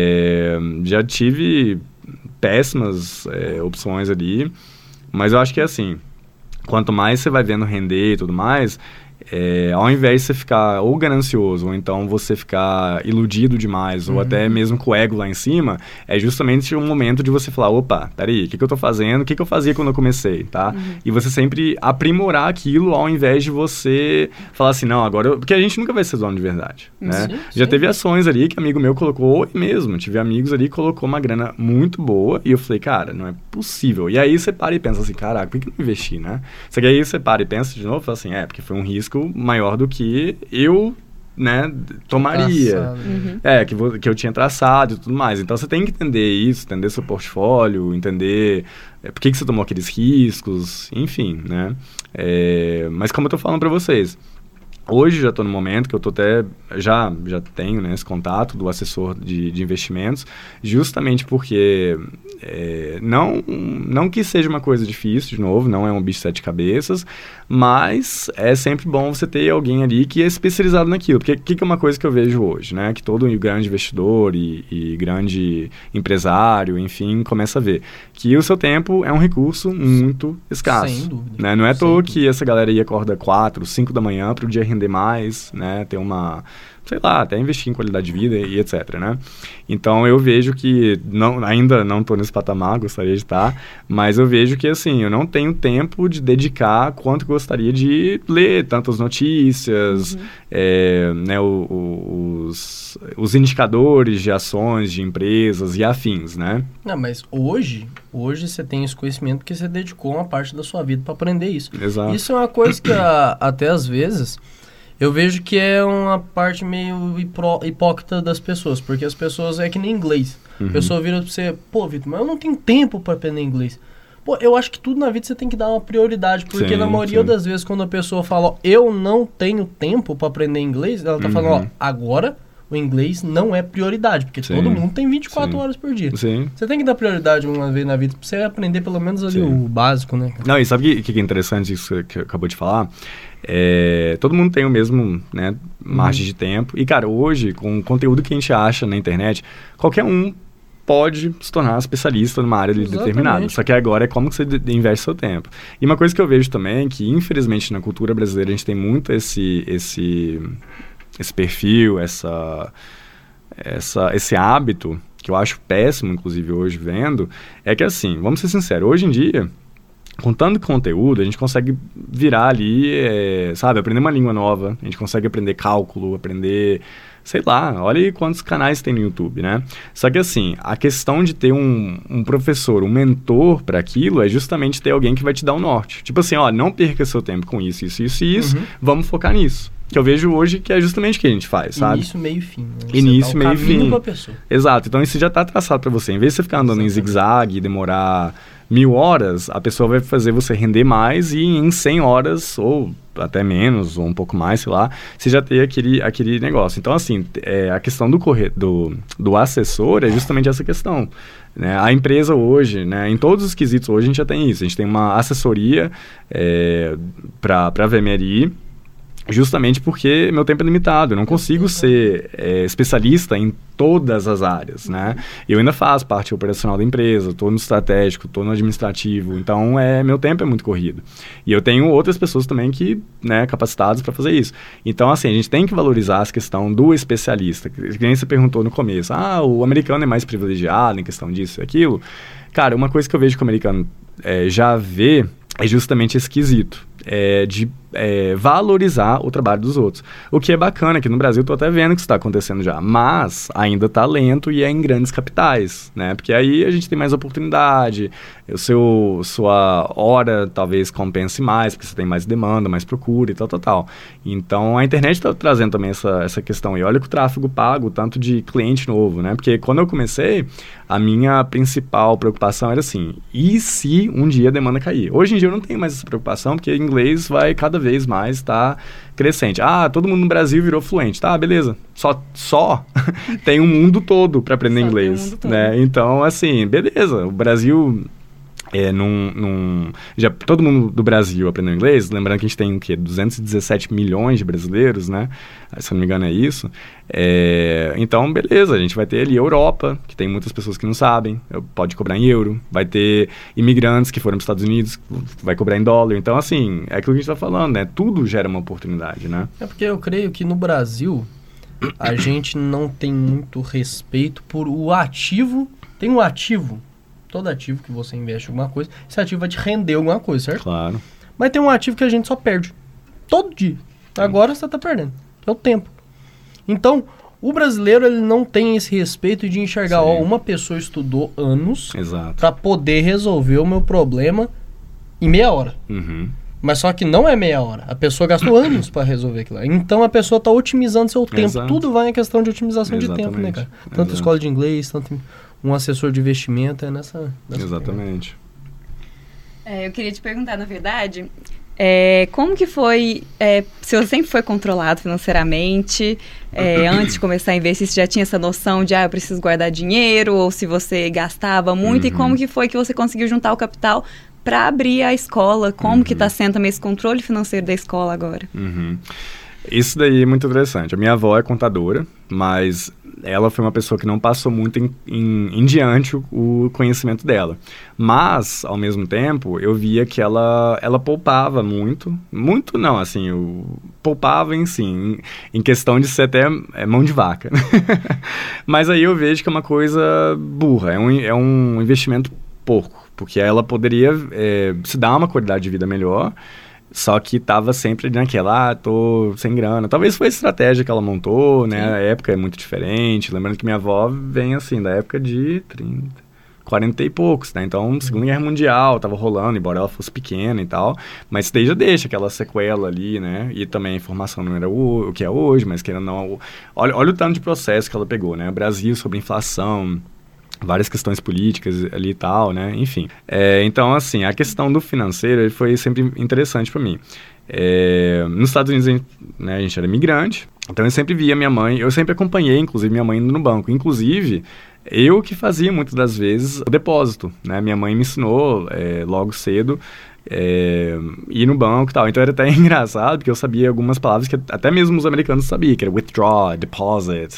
já tive péssimas opções ali, mas eu acho que é assim, quanto mais você vai vendo render e tudo mais... ao invés de você ficar ou ganancioso, ou então você ficar iludido demais, ou até mesmo com o ego lá em cima, é justamente um momento de você falar, opa, peraí, o que eu tô fazendo? O que eu fazia quando eu comecei, tá? E você sempre aprimorar aquilo ao invés de você falar assim, não, agora... Porque a gente nunca vai ser dono de verdade, né? Sim. Já teve ações ali que amigo meu colocou, e mesmo, tive amigos ali que colocou uma grana muito boa, e eu falei, cara, não é possível. E aí você para e pensa assim, caraca, por que eu não investi, né? Só que aí você para e pensa de novo, fala assim, porque foi um risco maior do que eu, né, tomaria. Que eu tinha traçado e tudo mais. Então, você tem que entender isso, entender seu portfólio, entender por que você tomou aqueles riscos, enfim, né. Mas como eu tô falando para vocês, hoje já estou no momento que eu tô até, já tenho, né, esse contato do assessor de investimentos, justamente porque não que seja uma coisa difícil, de novo, não é um bicho de 7 cabeças, mas é sempre bom você ter alguém ali que é especializado naquilo, porque o que é uma coisa que eu vejo hoje, né, que todo grande investidor e grande empresário, enfim, começa a ver, que o seu tempo é um recurso muito escasso. Sem dúvida. Né? Não é à toa que essa galera aí acorda 4, 5 da manhã para o dia render mais, né, ter uma... sei lá, até investir em qualidade de vida e etc, né? Então, eu vejo que, ainda não estou nesse patamar, gostaria de estar, mas eu vejo que, assim, eu não tenho tempo de dedicar quanto gostaria de ler tantas notícias, né, os indicadores de ações, de empresas e afins, né? Não, mas hoje você tem esse conhecimento porque você dedicou uma parte da sua vida para aprender isso. Exato. Isso é uma coisa que até às vezes... eu vejo que é uma parte meio hipócrita das pessoas, porque as pessoas é que nem inglês. A pessoa vira pra você, pô, Vitor, mas eu não tenho tempo para aprender inglês. Pô, eu acho que tudo na vida você tem que dar uma prioridade, porque na maioria das vezes quando a pessoa fala, ó, eu não tenho tempo para aprender inglês, ela tá falando, ó, agora o inglês não é prioridade, porque todo mundo tem 24 horas por dia. Você tem que dar prioridade uma vez na vida pra você aprender pelo menos ali o básico, né? Não, e sabe o que é interessante isso que acabou de falar? Todo mundo tem o mesmo, né, margem de tempo. E, cara, hoje, com o conteúdo que a gente acha na internet, qualquer um pode se tornar especialista numa área determinada. Só que agora é como que você investe seu tempo. E uma coisa que eu vejo também, que infelizmente na cultura brasileira a gente tem muito esse perfil, esse hábito, que eu acho péssimo, inclusive, hoje vendo, é que assim, vamos ser sinceros, hoje em dia, com tanto conteúdo, a gente consegue virar ali, sabe, aprender uma língua nova, a gente consegue aprender cálculo, aprender, sei lá, olha aí quantos canais tem no YouTube, né? Só que assim, a questão de ter um professor, um mentor para aquilo, é justamente ter alguém que vai te dar o norte. Tipo assim, ó, não perca seu tempo com isso, vamos focar nisso. Que eu vejo hoje que é justamente o que a gente faz, sabe? Início, meio e fim. Né? Início, meio e fim. Pra pessoa. Exato. Então, isso já tá traçado para você. Em vez de você ficar andando em zigue-zague e demorar 1000 horas, a pessoa vai fazer você render mais e em 100 horas, ou até menos, ou um pouco mais, sei lá, você já tem aquele negócio. Então, assim, a questão do assessor é justamente essa questão. Né? A empresa hoje, né, em todos os quesitos hoje, a gente já tem isso. A gente tem uma assessoria para a VMRI, justamente porque meu tempo é limitado, eu não consigo ser especialista em todas as áreas, né? Eu ainda faço parte operacional da empresa, estou no estratégico, estou no administrativo, então meu tempo é muito corrido. E eu tenho outras pessoas também que, né, capacitadas para fazer isso. Então, assim, a gente tem que valorizar essa questão do especialista. Que nem você perguntou no começo, o americano é mais privilegiado em questão disso e aquilo. Cara, uma coisa que eu vejo que o americano já vê é justamente esse quesito. de valorizar o trabalho dos outros. O que é bacana, aqui no Brasil eu tô até vendo que isso está acontecendo já, mas ainda tá lento e é em grandes capitais, né? Porque aí a gente tem mais oportunidade, sua hora talvez compense mais, porque você tem mais demanda, mais procura e tal. Então a internet está trazendo também essa questão. E olha que o tráfego pago, tanto de cliente novo, né? Porque quando eu comecei, a minha principal preocupação era assim, e se um dia a demanda cair? Hoje em dia eu não tenho mais essa preocupação, porque inglês vai cada vez mais estar crescente. Todo mundo no Brasil virou fluente. Tá, beleza. Só tem um mundo todo para aprender inglês, né? Então, assim, beleza. O Brasil... já todo mundo do Brasil aprendeu inglês, lembrando que a gente tem o quê? 217 milhões de brasileiros, né? Se eu não me engano é isso. Então, beleza, a gente vai ter ali a Europa, que tem muitas pessoas que não sabem, pode cobrar em euro, vai ter imigrantes que foram para os Estados Unidos, vai cobrar em dólar. Então, assim, é aquilo que a gente está falando, né? Tudo gera uma oportunidade, né? É porque eu creio que no Brasil a gente não tem muito respeito por o ativo. Tem um ativo. Todo ativo que você investe em alguma coisa, esse ativo vai te render alguma coisa, certo? Claro. Mas tem um ativo que a gente só perde. Todo dia. Agora você tá perdendo. Que é o tempo. Então, o brasileiro, ele não tem esse respeito de enxergar, uma pessoa estudou anos para poder resolver o meu problema em meia hora. Uhum. Mas só que não é meia hora. A pessoa gastou anos para resolver aquilo. Então, a pessoa tá otimizando seu tempo. Exato. Tudo vai em questão de otimização de tempo, né, cara? Tanto escola de inglês, tanto... Um assessor de investimento é nessa Exatamente. Eu queria te perguntar, na verdade, como que foi, se você sempre foi controlado financeiramente, antes de começar a investir, você já tinha essa noção de, eu preciso guardar dinheiro, ou se você gastava muito, e como que foi que você conseguiu juntar o capital para abrir a escola? Como que está sendo também esse controle financeiro da escola agora? Isso daí é muito interessante. A minha avó é contadora, mas ela foi uma pessoa que não passou muito em diante o conhecimento dela. Mas, ao mesmo tempo, eu via que ela poupava muito. Muito não, assim, poupava em questão de ser até mão de vaca. Mas aí eu vejo que é uma coisa burra, é um investimento porco, porque ela poderia se dar uma qualidade de vida melhor. Só que tava sempre naquela, tô sem grana. Talvez foi a estratégia que ela montou, né? Sim. A época é muito diferente. Lembrando que minha avó vem, assim, da época de 40 e poucos, né? Então, Segunda Guerra Mundial tava rolando, embora ela fosse pequena e tal. Mas isso daí já deixa aquela sequela ali, né? E também a informação não era o que é hoje, mas querendo não... Olha o tanto de processo que ela pegou, né? O Brasil sobre inflação... várias questões políticas ali e tal, né? Enfim. Então, assim, a questão do financeiro foi sempre interessante para mim. Nos Estados Unidos, a gente era imigrante, então eu sempre via minha mãe, eu sempre acompanhei, inclusive, minha mãe indo no banco. Inclusive, eu que fazia muitas das vezes o depósito, né? Minha mãe me ensinou logo cedo ir no banco e tal. Então era até engraçado, porque eu sabia algumas palavras que até mesmo os americanos sabiam, que era withdraw, deposit,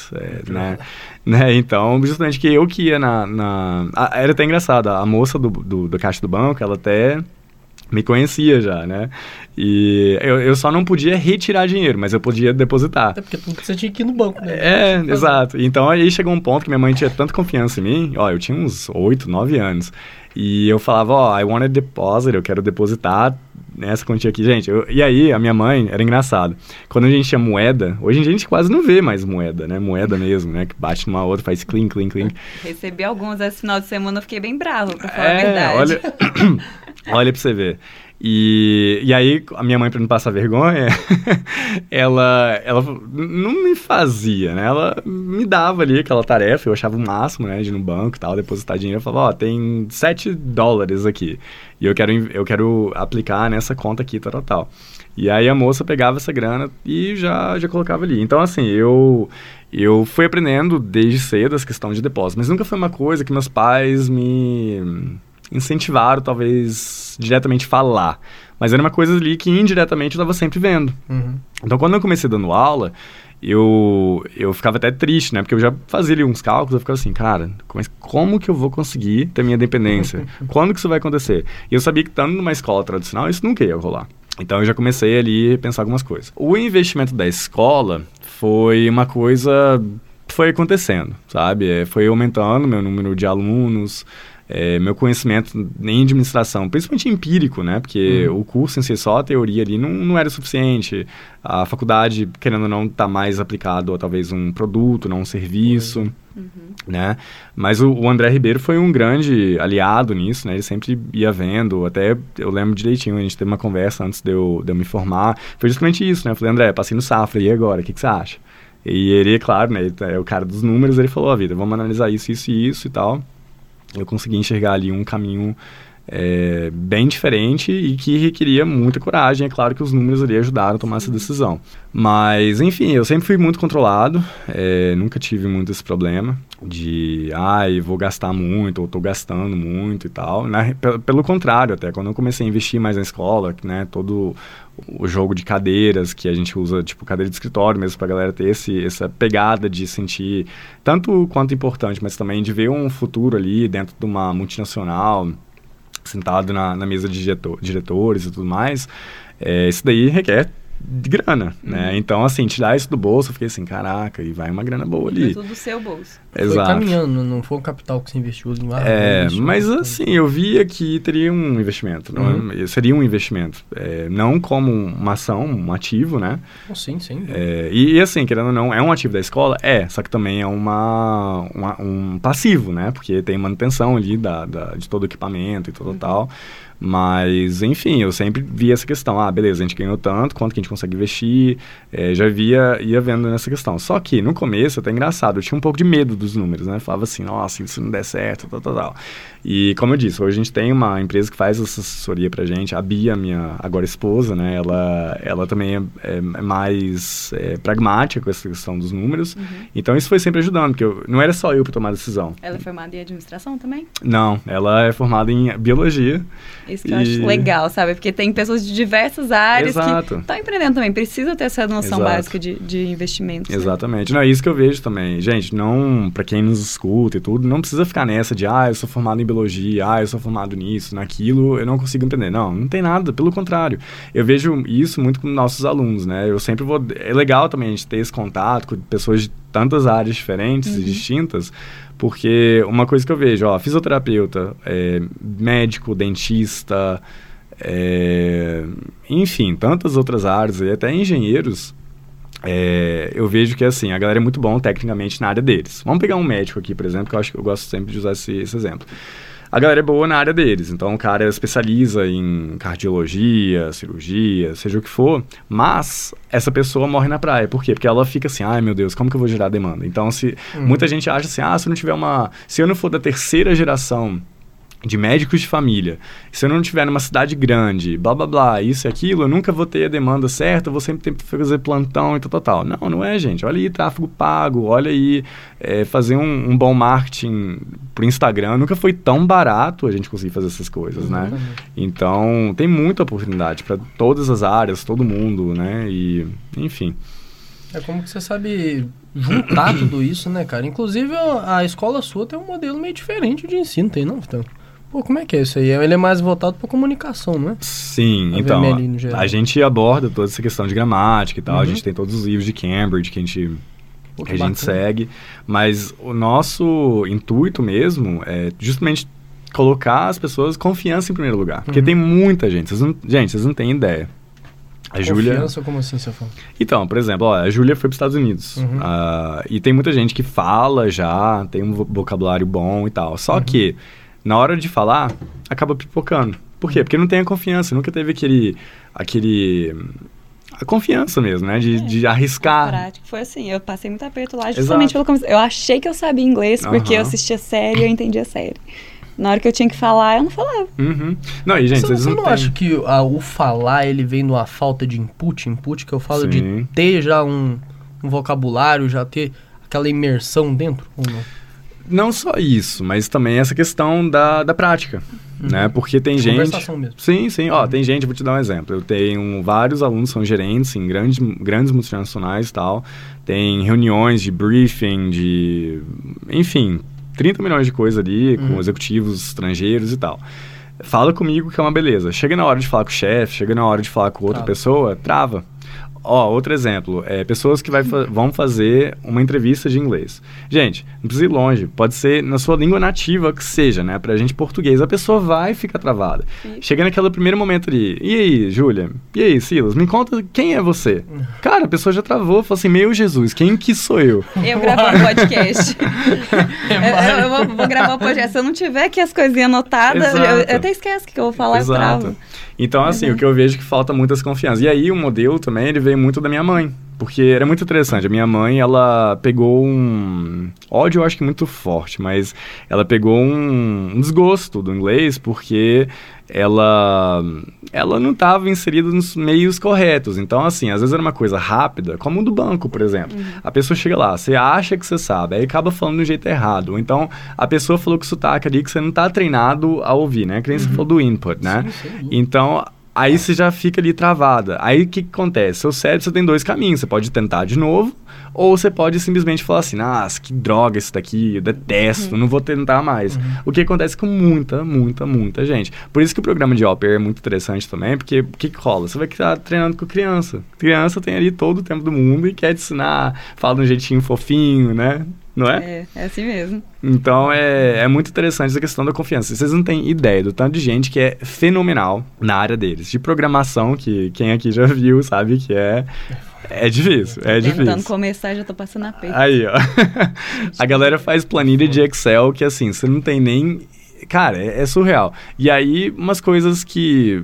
né? Então, justamente que eu que ia era até engraçado, a moça do caixa do banco, ela até me conhecia já, né? E eu só não podia retirar dinheiro, mas eu podia depositar. Até porque você tinha que ir no banco, né? Exato. Então aí chegou um ponto que minha mãe tinha tanta confiança em mim, eu tinha uns 8, 9 anos, e eu falava, I want a deposit, eu quero depositar nessa quantia aqui, gente. E aí, a minha mãe, era engraçado. Quando a gente tinha moeda, hoje em dia a gente quase não vê mais moeda, né? Moeda mesmo, né? Que bate numa outra, faz clink, clink, clink. Recebi alguns esse final de semana, eu fiquei bem brava, pra falar a verdade. Olha pra você ver. E aí, a minha mãe, pra não passar vergonha, ela não me fazia, né? Ela me dava ali aquela tarefa, eu achava o máximo, né? De ir no banco e tal, depositar dinheiro. Eu falava, tem $7 aqui. E eu quero aplicar nessa conta aqui, tal. E aí a moça pegava essa grana e já colocava ali. Então, assim, eu fui aprendendo desde cedo essa questão de depósito. Mas nunca foi uma coisa que meus pais me incentivaram, talvez, diretamente falar. Mas era uma coisa ali que indiretamente eu estava sempre vendo. Então, quando eu comecei dando aula, eu ficava até triste, né? Porque eu já fazia ali uns cálculos, eu ficava assim, cara, como que eu vou conseguir ter minha independência? Quando que isso vai acontecer? E eu sabia que estando numa escola tradicional, isso nunca ia rolar. Então, eu já comecei ali a pensar algumas coisas. O investimento da escola foi uma coisa... foi acontecendo, sabe? Foi aumentando meu número de alunos... meu conhecimento em administração, principalmente empírico, né? Porque o curso em si, só a teoria ali, não era suficiente. A faculdade, querendo ou não, está mais aplicado a talvez um produto, não um serviço, né? Mas o André Ribeiro foi um grande aliado nisso, né? Ele sempre ia vendo, até eu lembro direitinho, a gente teve uma conversa antes de eu me formar. Foi justamente isso, né? Eu falei, André, passei no Safra, e agora? O que você acha? E ele, é claro, né? Ele é o cara dos números, ele falou, vida, vamos analisar isso e tal. Eu consegui enxergar ali um caminho bem diferente e que requeria muita coragem. É claro que os números ali ajudaram a tomar essa decisão. Mas, enfim, eu sempre fui muito controlado, nunca tive muito esse problema de, vou gastar muito, ou estou gastando muito e tal. Pelo contrário, até quando eu comecei a investir mais na escola, né, todo o jogo de cadeiras que a gente usa, tipo cadeira de escritório mesmo, pra galera ter essa pegada de sentir tanto quanto importante, mas também de ver um futuro ali dentro de uma multinacional, sentado na mesa de diretores e tudo mais, isso daí requer de grana, né? Então, assim, tirar isso do bolso, eu fiquei assim, caraca, e vai uma grana boa ali. Foi tudo do seu bolso. Exato. Foi caminhando, não foi um capital que você investiu lá. Mas assim, eu via que teria um investimento, seria um investimento, não como uma ação, um ativo, né? Sim. E assim, querendo ou não, é um ativo da escola? Só que também é um passivo, né? Porque tem manutenção ali de todo o equipamento e tudo tal. Mas, enfim, eu sempre via essa questão. Beleza, a gente ganhou tanto, quanto que a gente consegue investir. Já ia vendo nessa questão. Só que, no começo, até engraçado, eu tinha um pouco de medo dos números, né? Falava assim, nossa, isso não der certo, tal. E, como eu disse, hoje a gente tem uma empresa que faz essa assessoria pra gente. A Bia, minha agora esposa, né? Ela também é mais pragmática com essa questão dos números. Então, isso foi sempre ajudando, porque não era só eu pra tomar decisão. Ela é formada em administração também? Não, ela é formada em biologia. Isso que eu acho legal, sabe? Porque tem pessoas de diversas áreas que estão empreendendo também. Precisa ter essa noção básica de investimentos. Exatamente. Não, é isso que eu vejo também. Gente, não, pra quem nos escuta e tudo, não precisa ficar nessa de, eu sou formado em biologia, eu sou formado nisso, naquilo, eu não consigo empreender. Não tem nada, pelo contrário. Eu vejo isso muito com nossos alunos, né? Eu sempre vou... É legal também a gente ter esse contato com pessoas de tantas áreas diferentes e distintas, porque uma coisa que eu vejo, fisioterapeuta, médico, dentista, enfim, tantas outras áreas, e até engenheiros, eu vejo que assim, a galera é muito bom tecnicamente na área deles. Vamos pegar um médico aqui, por exemplo, que eu gosto sempre de usar esse exemplo. A galera é boa na área deles, então o cara especializa em cardiologia, cirurgia, seja o que for, mas essa pessoa morre na praia. Por quê? Porque ela fica assim, meu Deus, como que eu vou gerar demanda? Então, muita gente acha assim, se eu não for da terceira geração de médicos de família, se eu não estiver numa cidade grande, blá, blá, blá, isso e aquilo, eu nunca vou ter a demanda certa, eu vou sempre ter que fazer plantão e tal. Não é, gente. Olha aí, tráfego pago, olha aí, fazer um bom marketing pro Instagram. Nunca foi tão barato a gente conseguir fazer essas coisas, né? Então, tem muita oportunidade para todas as áreas, todo mundo, né? E, enfim. Como que você sabe juntar tudo isso, né, cara? Inclusive, a escola sua tem um modelo meio diferente de ensino, tem não, Vitão? Pô, como é que é isso aí? Ele é mais voltado para comunicação, não é? Sim, então, a gente aborda toda essa questão de gramática e tal, a gente tem todos os livros de Cambridge que a gente segue, mas o nosso intuito mesmo é justamente colocar as pessoas confiança em primeiro lugar, porque tem muita gente, vocês não têm ideia. A Júlia... Confiança, como assim você fala? Então, por exemplo, a Júlia foi para os Estados Unidos. E tem muita gente que fala já, tem um vocabulário bom e tal. Só que, na hora de falar, acaba pipocando. Por quê? Porque não tem a confiança. Nunca teve a confiança mesmo, né? De arriscar. Prático. Foi assim, eu passei muito aperto lá justamente pelo começo. Eu achei que eu sabia inglês porque eu assistia série e eu entendia série. Na hora que eu tinha que falar, eu não falava. Não, e gente, você não acha que o falar, ele vem de uma falta de input que eu falo de ter já um vocabulário, já ter aquela imersão dentro? Ou não? Não só isso, mas também essa questão da prática, né? Porque tem gente... Conversação mesmo. Sim. Tem gente, vou te dar um exemplo. Eu tenho vários alunos que são gerentes em grandes multinacionais e tal. Tem reuniões de briefing, enfim... 30 milhões de coisas ali, com executivos estrangeiros e tal. Fala comigo que é uma beleza. Chega na hora de falar com o chefe, chega na hora de falar com outra pessoa, trava. Outro exemplo, pessoas que vão fazer uma entrevista de inglês. Gente, não precisa ir longe, pode ser na sua língua nativa que seja, né? Pra gente português, a pessoa vai ficar travada. Chega naquele primeiro momento ali, e aí, Júlia? E aí, Silas? Me conta quem é você? Cara, a pessoa já travou, falou assim, meu Jesus, quem que sou eu? Eu gravando um podcast. eu vou gravar um podcast, se eu não tiver aqui as coisinhas anotadas, eu até esqueço o que eu vou falar e travo. Então, assim, o que eu vejo é que falta muitas confianças. E aí, o modelo também, ele veio muito da minha mãe. Porque era muito interessante. A minha mãe, ela pegou um ódio, eu acho que muito forte, mas ela pegou um desgosto do inglês porque ela não estava inserida nos meios corretos. Então, assim, às vezes era uma coisa rápida, como o do banco, por exemplo. A pessoa chega lá, você acha que você sabe, aí acaba falando do jeito errado. Ou então, a pessoa falou que o sotaque ali que você não está treinado a ouvir, né? Que nem você falou do input, né? Sim. Então, aí você já fica ali travada. Aí o que acontece? Seu cérebro, você tem dois caminhos. Você pode tentar de novo, ou você pode simplesmente falar assim, nossa, que droga isso daqui, eu detesto, não vou tentar mais. O que acontece com muita gente. Por isso que o programa de Au Pair é muito interessante também, porque o que rola? Você vai estar treinando com criança. Criança tem ali todo o tempo do mundo e quer te ensinar, fala de um jeitinho fofinho, né? Não é? É assim mesmo. Então, é muito interessante essa questão da confiança. Vocês não têm ideia do tanto de gente que é fenomenal na área deles. De programação, que quem aqui já viu sabe que é difícil, Tentando começar, já tô passando a peito. Aí, ó. A galera faz planilha de Excel que, assim, você não tem nem... Cara, é surreal. E aí, umas coisas que...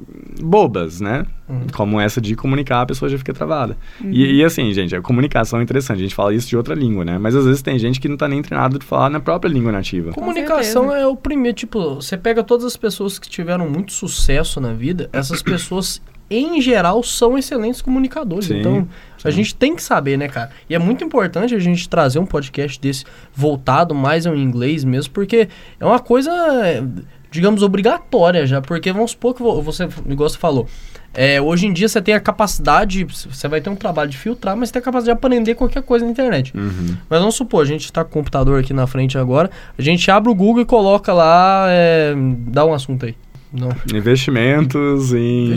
bobas, né? Como essa de comunicar, a pessoa já fica travada. E assim, gente, a comunicação é interessante. A gente fala isso de outra língua, né? Mas às vezes tem gente que não tá nem treinado de falar na própria língua nativa. Comunicação é o primeiro, tipo, você pega todas as pessoas que tiveram muito sucesso na vida, essas pessoas, em geral, são excelentes comunicadores. Sim, então, a gente tem que saber, né, cara? E é muito importante a gente trazer um podcast desse voltado mais ao inglês mesmo, porque é uma coisa... digamos, obrigatória já, porque vamos supor que você, igual você falou, hoje em dia você tem a capacidade, você vai ter um trabalho de filtrar, mas você tem a capacidade de aprender qualquer coisa na internet. Mas vamos supor, a gente está com o computador aqui na frente agora, a gente abre o Google e coloca lá, dá um assunto aí. Não. Investimento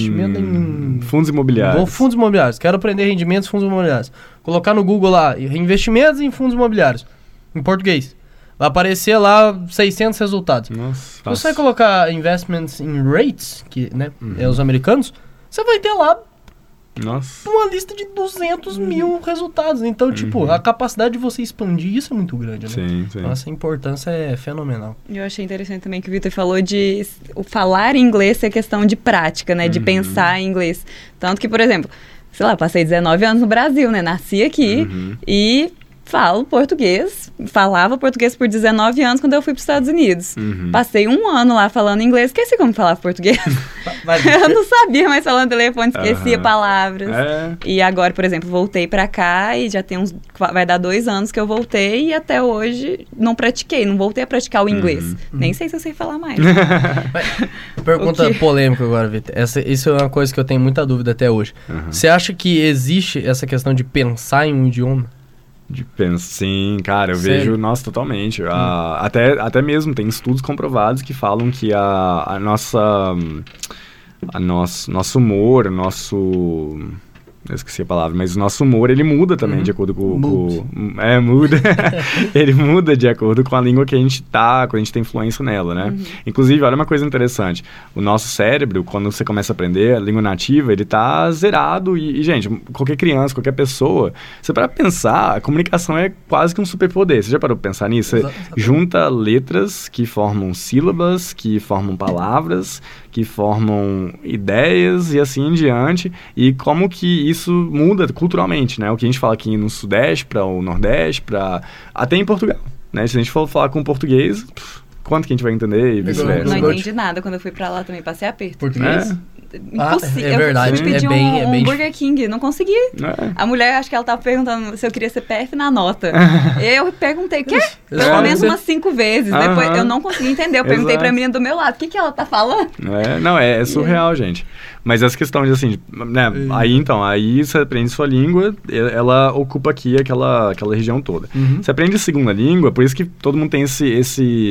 em fundos imobiliários. Fundos imobiliários, quero aprender rendimentos fundos imobiliários. Colocar no Google lá, investimentos em fundos imobiliários, em português. Vai aparecer lá 600 resultados. Nossa, se você colocar investments in rates, que né, é os americanos, você vai ter lá uma lista de 200 mil resultados. Então, tipo, a capacidade de você expandir isso é muito grande, né? Sim. Então, essa importância é fenomenal. Eu achei interessante também que o Vitor falou de o falar em inglês ser questão de prática, né? De pensar em inglês. Tanto que, por exemplo, sei lá, passei 19 anos no Brasil, né? Nasci aqui e... falava português por 19 anos quando eu fui para os Estados Unidos. Passei um ano lá falando inglês, esqueci como falava português. Eu não sabia mais falando telefone, esquecia palavras. E agora, por exemplo, voltei para cá e já tem vai dar 2 anos que eu voltei e até hoje não voltei a praticar o inglês. Nem sei se eu sei falar mais. Pergunta polêmica agora, Vitor. Isso é uma coisa que eu tenho muita dúvida até hoje. Você acha que existe essa questão de pensar em um idioma? Sim, cara, eu vejo, nossa, totalmente. Até mesmo tem estudos comprovados que falam que nosso humor, eu esqueci a palavra, mas o nosso humor, ele muda também de acordo com... muda. Ele muda de acordo com a língua que a gente tá, quando a gente tem influência nela, né? Inclusive, olha uma coisa interessante. O nosso cérebro, quando você começa a aprender a língua nativa, ele tá zerado e gente, qualquer criança, qualquer pessoa, você para pensar, a comunicação é quase que um superpoder. Você já parou pra pensar nisso? Você junta letras que formam sílabas, que formam palavras, que formam ideias e assim em diante, e como que isso muda culturalmente, né? O que a gente fala aqui no Sudeste para o Nordeste, até em Portugal, né? Se a gente for falar com português, quanto que a gente vai entender e vice-versa. Não entendi nada quando eu fui para lá também, passei aperto. Português? Impossível. É verdade, eu pedi um Burger King, não consegui. A mulher, acho que ela tava perguntando se eu queria CPF na nota. Eu perguntei, quê? Pelo menos umas 5 vezes. Depois eu não consegui entender. Eu perguntei pra menina do meu lado, o que ela tá falando? É surreal, gente. Mas essa questão de assim, né? Aí você aprende sua língua, ela ocupa aqui aquela região toda. Você aprende segunda língua, por isso que todo mundo tem esse... Porque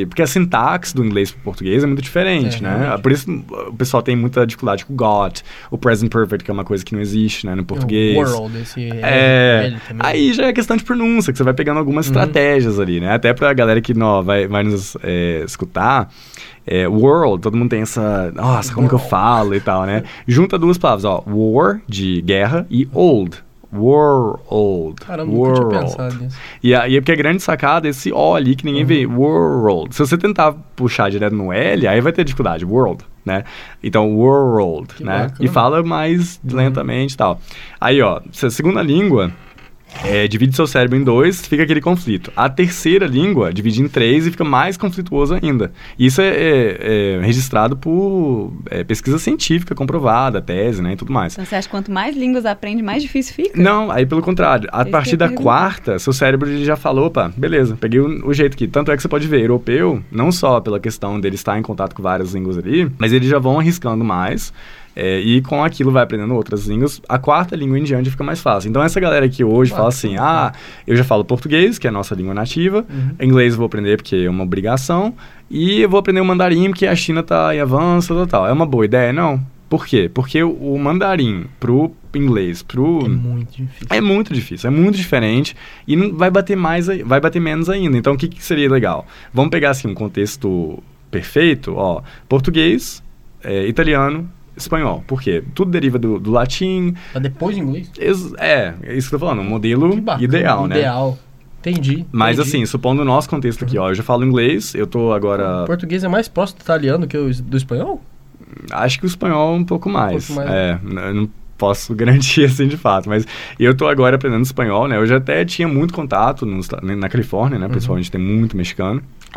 sintaxe do inglês pro português é muito diferente, né? Realmente. Por isso o pessoal tem muita dificuldade com o got, o present perfect, que é uma coisa que não existe, né, no português. O world, esse L também. Aí já é questão de pronúncia, que você vai pegando algumas estratégias ali, né? Até pra galera que vai nos escutar, world, todo mundo tem essa... Nossa, como que eu falo e tal, né? Junta duas palavras, ó. War, de guerra, e old. World. Caramba, nunca tinha pensado nisso. E é porque a grande sacada é esse O ali que ninguém vê. World. Se você tentar puxar direto no L, aí vai ter dificuldade. World, né? Então, world, que né? Bacana. E fala mais lentamente e tal. Aí, ó, se a segunda língua... divide seu cérebro em 2, fica aquele conflito. A terceira língua divide em 3 e fica mais conflituoso ainda. Isso é registrado por pesquisa científica comprovada, tese, né, e tudo mais. Então você acha que quanto mais línguas aprende, mais difícil fica? Não, aí pelo contrário. A partir da quarta, seu cérebro já falou, opa, beleza, peguei o jeito aqui. Tanto é que você pode ver, europeu, não só pela questão dele estar em contato com várias línguas ali, mas eles já vão arriscando mais. E com aquilo vai aprendendo outras línguas. A quarta língua em diante fica mais fácil. Então essa galera que hoje fala assim, eu já falo português, que é a nossa língua nativa, inglês eu vou aprender porque é uma obrigação, e eu vou aprender o mandarim porque a China tá em avanço, tal. É uma boa ideia? Não. Por quê? Porque o mandarim pro inglês, é muito difícil. É muito difícil, é muito diferente e não vai bater menos ainda. Então o que seria legal? Vamos pegar assim um contexto perfeito, ó, português, italiano, espanhol. Por quê? Tudo deriva do latim. Mas depois inglês? Isso que eu tô falando, um modelo ideal, né? Ideal. Entendi. Mas assim, supondo o nosso contexto aqui, ó, eu já falo inglês, eu tô agora... O português é mais próximo do italiano que do espanhol? Acho que o espanhol um pouco mais. Eu não posso garantir assim de fato, mas eu tô agora aprendendo espanhol, né? Eu já até tinha muito contato na Califórnia, né? Pessoal, a gente tem muito mexicano.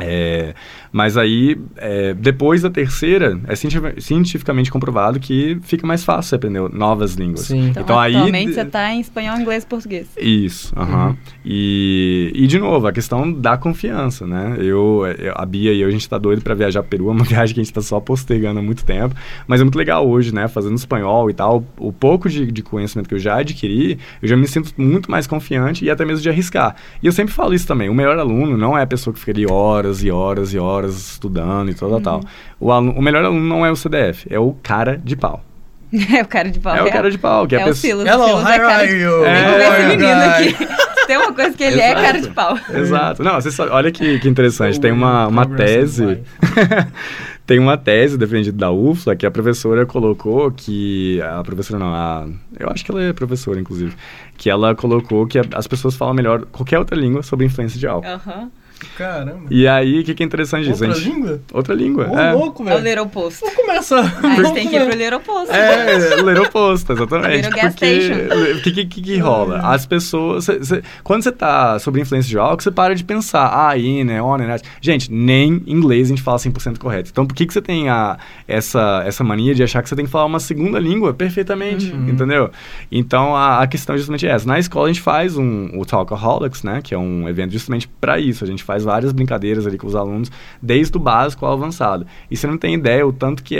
Mas aí, depois da terceira, é cientificamente comprovado que fica mais fácil você aprender novas línguas. Sim. Então atualmente você está em espanhol, inglês e português. Isso, E de novo, a questão da confiança, né? A Bia e eu, a gente tá doido para viajar pro Peru, é uma viagem que a gente tá só postergando há muito tempo, mas é muito legal hoje, né? Fazendo espanhol e tal, o pouco de conhecimento que eu já adquiri, eu já me sinto muito mais confiante e até mesmo de arriscar. E eu sempre falo isso também, o melhor aluno não é a pessoa que fica ali horas e horas e horas estudando e tal. O melhor aluno não é o CDF, é o cara de pau. É o cara de pau. O cara de pau, que é a pessoa... Silas. Hello, how are you? Esse menino aqui. Tem uma coisa que ele é cara de pau. Exato. Não, olha que interessante. Tem uma tese... Tem uma tese defendida da UFLA que a professora colocou que... A professora não, eu acho que ela é professora, inclusive. Que ela colocou que as pessoas falam melhor qualquer outra língua sobre influência de álcool. Caramba. E aí, o que é interessante disso? Língua? Outra língua. Louco, velho. É o ler oposto. Vamos começar. A gente tem que ir pro ler oposto. Ler oposto, exatamente. O que rola? As pessoas... quando você tá sob influência de álcool, você para de pensar, in, on, and out. Gente, nem em inglês a gente fala 100% correto. Então, por que você tem essa mania de achar que você tem que falar uma segunda língua perfeitamente, entendeu? Então, a questão é justamente essa. Na escola, a gente faz o Talkaholics, né? Que é um evento justamente para isso. A gente faz várias brincadeiras ali com os alunos, desde o básico ao avançado. E você não tem ideia o tanto que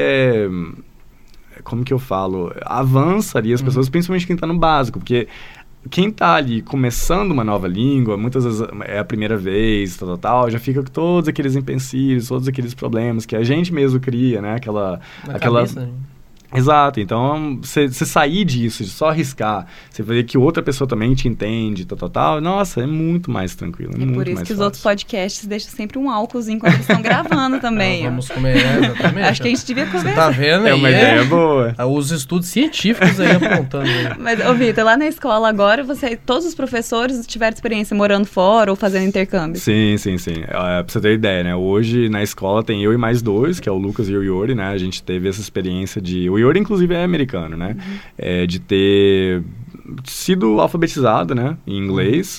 como que eu falo? Avança ali as pessoas, principalmente quem está no básico, porque quem está ali começando uma nova língua, muitas vezes é a primeira vez, tal, já fica com todos aqueles empecilhos, todos aqueles problemas que a gente mesmo cria, né? Aquela cabeça, né? Exato, então você sair disso, de só arriscar, você ver que outra pessoa também te entende, tal, nossa, é muito mais tranquilo. É por isso que os outros podcasts deixam sempre um álcoolzinho quando eles estão gravando também. Vamos comer, exatamente. Acho que a gente devia comer. Você tá vendo aí? É uma ideia boa. Os estudos científicos aí apontando. Mas, Vitor, lá na escola agora, todos os professores tiveram experiência morando fora ou fazendo intercâmbio? Sim. Pra você ter ideia, né? Hoje na escola tem eu e mais 2, que é o Lucas e o Yuri, né? A gente teve essa experiência o Yuri, inclusive, é americano, né? De ter sido alfabetizado, né? Em inglês.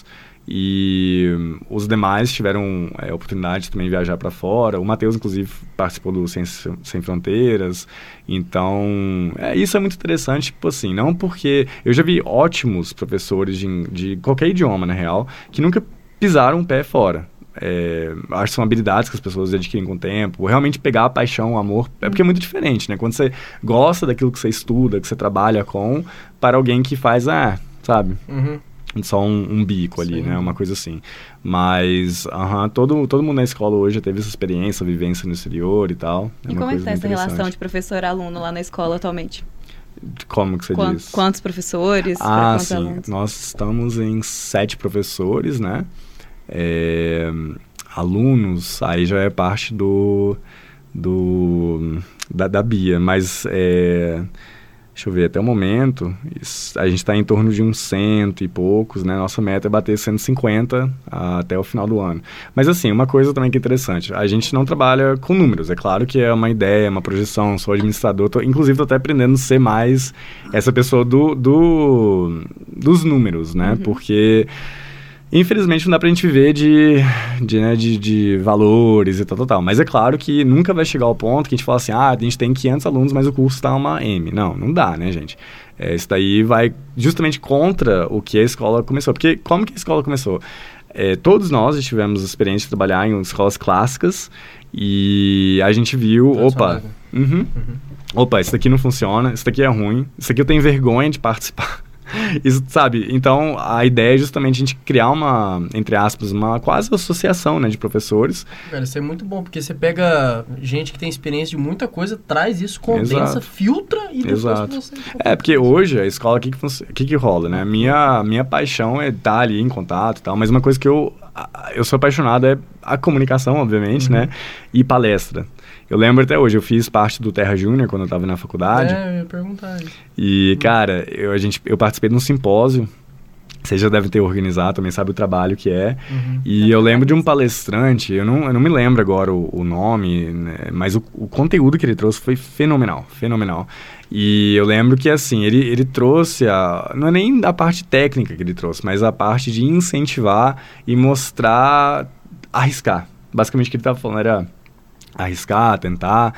E os demais tiveram a oportunidade de também viajar para fora. O Matheus, inclusive, participou do Ciências Sem Fronteiras. Então, isso é muito interessante, tipo assim, não porque... Eu já vi ótimos professores de qualquer idioma, na real, que nunca pisaram um pé fora. Acho que são habilidades que as pessoas adquirem com o tempo. Realmente pegar a paixão, o amor, porque é muito diferente, né? Quando você gosta daquilo que você estuda, que você trabalha com, para alguém que faz, sabe? só um bico ali, né? Uma coisa assim. Mas, todo mundo na escola hoje já teve essa experiência, vivência no exterior e tal. E como é que tá essa relação de professor-aluno lá na escola atualmente? Como que você diz? Quantos professores? Quantos alunos? Nós estamos em 7 professores, né? Alunos, aí já é parte da Bia, mas deixa eu ver, até o momento, a gente está em torno de uns 100 e poucos, né? Nossa meta é bater 150 até o final do ano. Mas assim, uma coisa também que é interessante, a gente não trabalha com números, é claro que é uma ideia, uma projeção, sou administrador, inclusive estou até aprendendo a ser mais essa pessoa dos números, né? Porque infelizmente não dá pra gente viver de valores e tal. Mas é claro que nunca vai chegar ao ponto que a gente fala assim, a gente tem 500 alunos, mas o curso tá uma M. Não dá, né, gente? Isso daí vai justamente contra o que a escola começou. Porque como que a escola começou? Todos nós já tivemos experiência de trabalhar em escolas clássicas e a gente viu, opa, isso daqui não funciona, isso daqui é ruim, isso daqui eu tenho vergonha de participar. Isso, sabe? Então, a ideia é justamente a gente criar uma, entre aspas, uma quase associação, né, de professores. Cara, isso é muito bom, porque você pega gente que tem experiência de muita coisa, traz isso, condensa, filtra e depois você... porque hoje a escola, o que rola, né? Minha paixão é estar ali em contato e tal, mas uma coisa que eu sou apaixonado é a comunicação, obviamente, né? E palestra. Eu lembro até hoje, eu fiz parte do Terra Júnior quando eu estava na faculdade. Eu ia perguntar isso. E, cara, eu participei de um simpósio, vocês já devem ter organizado, também sabe o trabalho que é. E eu lembro de um palestrante, eu não me lembro agora o nome, né, mas o conteúdo que ele trouxe foi fenomenal. E eu lembro que, assim, ele trouxe não é nem a parte técnica que ele trouxe, mas a parte de incentivar e mostrar, arriscar. Basicamente o que ele estava falando era arriscar, tentar,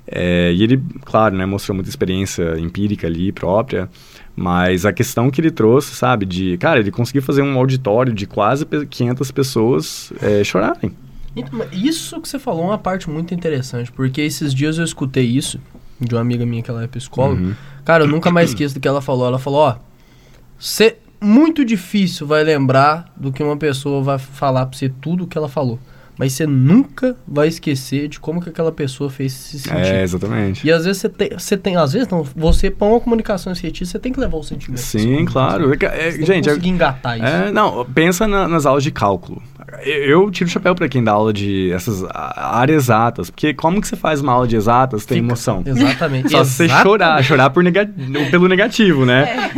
e ele, claro, né, mostrou muita experiência empírica ali, própria, mas a questão que ele trouxe, sabe, ele conseguiu fazer um auditório de quase 500 pessoas chorarem. Isso que você falou é uma parte muito interessante, porque esses dias eu escutei isso de uma amiga minha que ela é psicóloga. Cara, eu nunca mais esqueço do que ela falou. Ela falou, você muito difícil vai lembrar do que uma pessoa vai falar pra você tudo o que ela falou. Mas você nunca vai esquecer de como que aquela pessoa fez se sentir. Exatamente. E às vezes você tem às vezes não, você põe uma comunicação efetiva, você tem que levar o sentimento. Sim, claro. Gente, conseguir engatar isso. Não, pensa nas aulas de cálculo. Eu tiro o chapéu para quem dá aula de essas áreas exatas, porque como que você faz uma aula de exatas tem emoção? Exatamente. Só você chorar pelo negativo, né?